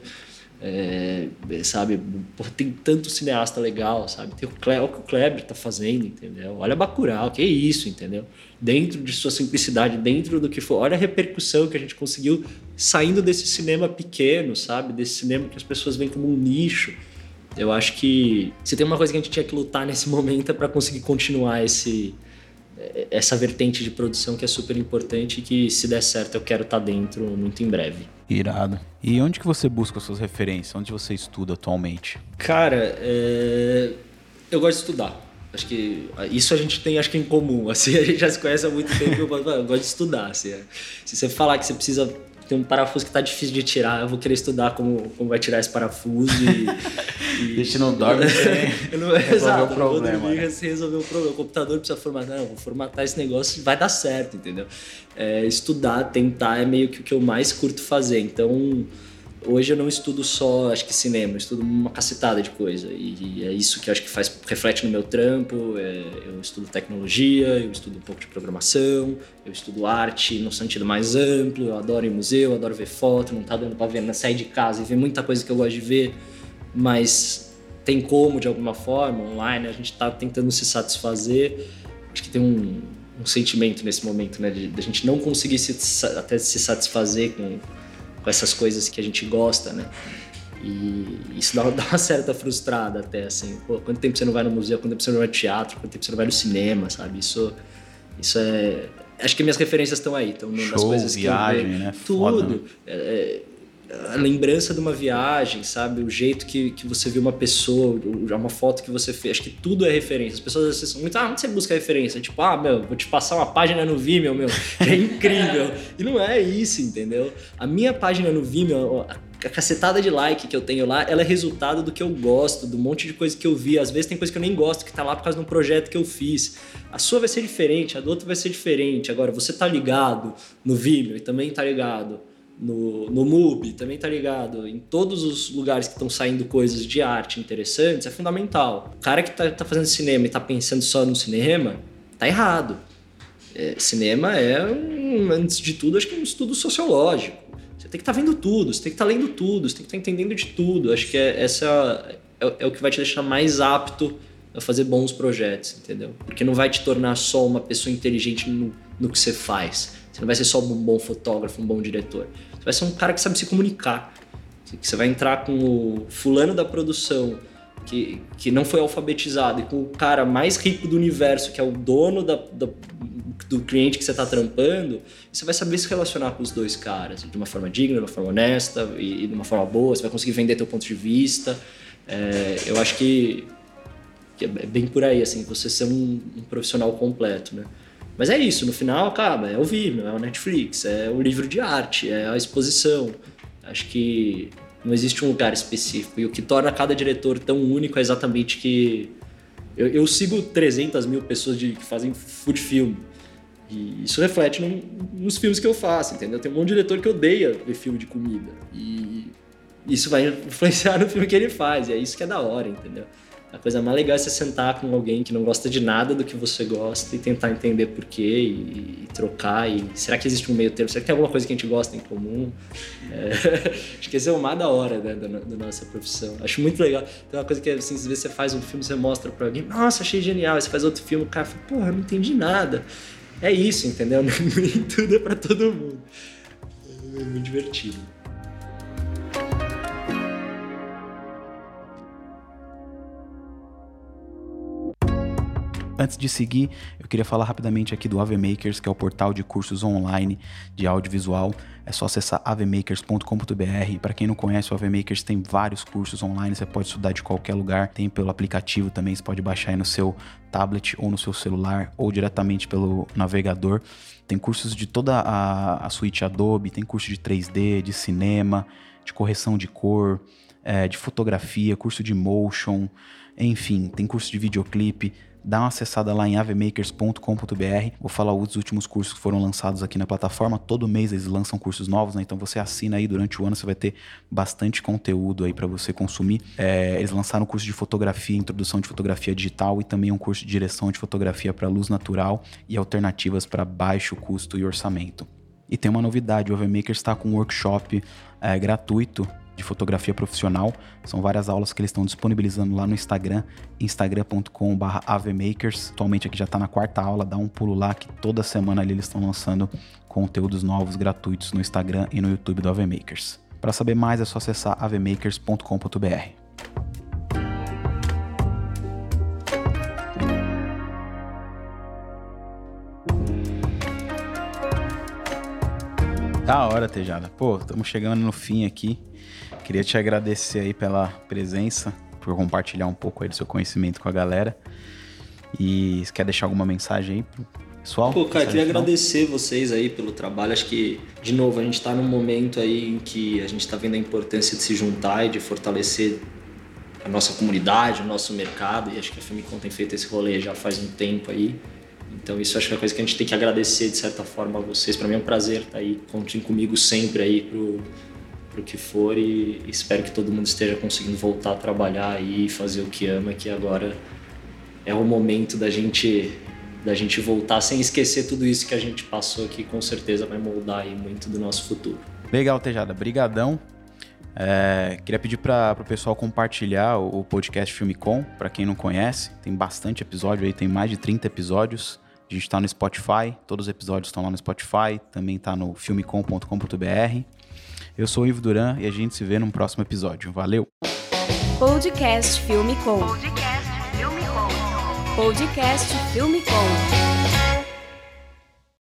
é, sabe? Porra, tem tanto cineasta legal, sabe? Tem o, Cle, o que o Kleber tá fazendo, entendeu? Olha Bacurau, que é isso, entendeu? Dentro de sua simplicidade, dentro do que for, olha a repercussão que a gente conseguiu saindo desse cinema pequeno, sabe? Desse cinema que as pessoas veem como um nicho. Eu acho que se tem uma coisa que a gente tinha que lutar nesse momento é para conseguir continuar esse, essa vertente de produção que é super importante e que, se der certo, eu quero estar dentro muito em breve. Irado. E onde que você busca as suas referências? Onde você estuda atualmente? Cara, é... eu gosto de estudar. Acho que isso a gente tem, acho que em comum. Assim, a gente já se conhece há muito tempo. Eu, eu gosto de estudar. Assim, é. Se você falar que você precisa ter um parafuso que tá difícil de tirar, eu vou querer estudar como, como vai tirar esse parafuso e... e... A gente não dorme sem não, resolver exato, o problema. Não vou dormir sem resolver o problema. O computador precisa formatar. Não, vou formatar esse negócio e vai dar certo, entendeu? É, estudar, tentar é meio que o que eu mais curto fazer. Então, hoje eu não estudo só, acho que cinema, eu estudo uma cacetada de coisa. E, e é isso que eu acho que faz, reflete no meu trampo. É, eu estudo tecnologia, eu estudo um pouco de programação, eu estudo arte no sentido mais amplo, eu adoro ir em museu, eu adoro ver foto, não tá dando pra ver, sair de casa e ver muita coisa que eu gosto de ver, mas tem como, de alguma forma, online, a gente tá tentando se satisfazer. Acho que tem um, um sentimento nesse momento, né, de, de a gente não conseguir se, até se satisfazer com com essas coisas que a gente gosta, né? E isso dá, dá uma certa frustrada até, assim. Pô, quanto tempo você não vai no museu, quanto tempo você não vai no teatro, quanto tempo você não vai no cinema, sabe? Isso, isso é... Acho que minhas referências estão aí, estão nas Show, coisas viagem, que eu vejo. né? Tudo. Foda. É, a lembrança de uma viagem, sabe? O jeito que, que você viu uma pessoa, uma foto que você fez. Acho que tudo é referência. As pessoas às vezes são muito, ah, onde você busca referência? Tipo, ah, meu, vou te passar uma página no Vimeo, meu, que é incrível. E não é isso, entendeu? A minha página no Vimeo, a cacetada de like que eu tenho lá, ela é resultado do que eu gosto, do monte de coisa que eu vi. Às vezes tem coisa que eu nem gosto, que tá lá por causa de um projeto que eu fiz. A sua vai ser diferente, a do outro vai ser diferente. Agora, você tá ligado no Vimeo e também tá ligado no, no Mubi, também tá ligado em todos os lugares que estão saindo coisas de arte interessantes, é fundamental. O cara que tá, tá fazendo cinema e tá pensando só no cinema, tá errado. É, cinema é, um, antes de tudo, acho que é um estudo sociológico. Você tem que estar tá vendo tudo, você tem que estar tá lendo tudo, você tem que estar tá entendendo de tudo. Acho que é, essa é, é o que vai te deixar mais apto a fazer bons projetos, entendeu? Porque não vai te tornar só uma pessoa inteligente no, no que você faz. Você não vai ser só um bom fotógrafo, um bom diretor. Você vai ser um cara que sabe se comunicar. Que você vai entrar com o fulano da produção, que, que não foi alfabetizado, e com o cara mais rico do universo, que é o dono da, da, do cliente que você está trampando, e você vai saber se relacionar com os dois caras de uma forma digna, de uma forma honesta e, e de uma forma boa. Você vai conseguir vender teu ponto de vista. É, eu acho que, que é bem por aí, assim, você ser um, um profissional completo, né? Mas é isso, no final acaba, é o Vimeo, é o Netflix, é o livro de arte, é a exposição. Acho que não existe um lugar específico. E o que torna cada diretor tão único é exatamente que... Eu, eu sigo trezentas mil pessoas de, que fazem food film. E isso reflete no, nos filmes que eu faço, entendeu? Tem um monte de diretor que odeia ver filme de comida. E isso vai influenciar no filme que ele faz. E é isso que é da hora, entendeu? A coisa mais legal é você sentar com alguém que não gosta de nada do que você gosta e tentar entender por quê e, e trocar. E será que existe um meio termo? Será que tem alguma coisa que a gente gosta em comum? É, acho que esse é o mais da hora, né, da, da nossa profissão. Acho muito legal. Tem uma coisa que, assim, às vezes você faz um filme, você mostra pra alguém, nossa, achei genial. Aí você faz outro filme, o cara fala, porra, eu não entendi nada. É isso, entendeu? Nem tudo é pra todo mundo. É muito divertido. Antes de seguir, eu queria falar rapidamente aqui do A V Makers, que é o portal de cursos online de audiovisual. É só acessar a v makers ponto com ponto b r. Para quem não conhece, o A V Makers tem vários cursos online, você pode estudar de qualquer lugar. Tem pelo aplicativo também, você pode baixar aí no seu tablet ou no seu celular ou diretamente pelo navegador. Tem cursos de toda a, a suíte Adobe, tem curso de três D, de cinema, de correção de cor, é, de fotografia, curso de motion, enfim, tem curso de videoclipe. dá uma acessada lá em avemakers ponto com ponto b r. Vou falar os últimos cursos que foram lançados aqui na plataforma. Todo mês eles lançam cursos novos, né? Então você assina aí durante o ano, você vai ter bastante conteúdo aí para você consumir. É, eles lançaram um curso de fotografia, introdução de fotografia digital e também um curso de direção de fotografia para luz natural e alternativas para baixo custo e orçamento. E tem uma novidade, o AveMakers está com um workshop é, gratuito de fotografia profissional. São várias aulas que eles estão disponibilizando lá no Instagram, instagram ponto com barra avemakers. Atualmente aqui já está na quarta aula, dá um pulo lá que toda semana ali eles estão lançando conteúdos novos gratuitos no Instagram e no YouTube do AveMakers. Para saber mais é só acessar avemakers ponto com ponto b r. Da hora, Tejada. Pô, estamos chegando no fim aqui. Queria te agradecer aí pela presença, por compartilhar um pouco aí do seu conhecimento com a galera. E você quer deixar alguma mensagem aí pro pessoal? Pô, cara, queria agradecer vocês aí pelo trabalho. Acho que, de novo, a gente tá num momento aí em que a gente tá vendo a importância de se juntar e de fortalecer a nossa comunidade, o nosso mercado. E acho que a Filmicom tem feito esse rolê já faz um tempo aí. Então isso acho que é uma coisa que a gente tem que agradecer de certa forma a vocês. Para mim é um prazer estar aí, contem comigo sempre aí pro, pro que for e espero que todo mundo esteja conseguindo voltar a trabalhar aí e fazer o que ama, que agora é o momento da gente, da gente voltar sem esquecer tudo isso que a gente passou aqui, com certeza vai moldar aí muito do nosso futuro. Legal, Tejada, brigadão. É, queria pedir para o pessoal compartilhar o, o podcast Filmicom, para quem não conhece, tem bastante episódio aí, tem mais de trinta episódios. A gente está no Spotify, todos os episódios estão lá no Spotify, também está no filmicom ponto com ponto b r. Eu sou o Ivo Duran e a gente se vê num próximo episódio. Valeu! Podcast Filmicom. Podcast Filmicom. Podcast Filmicom.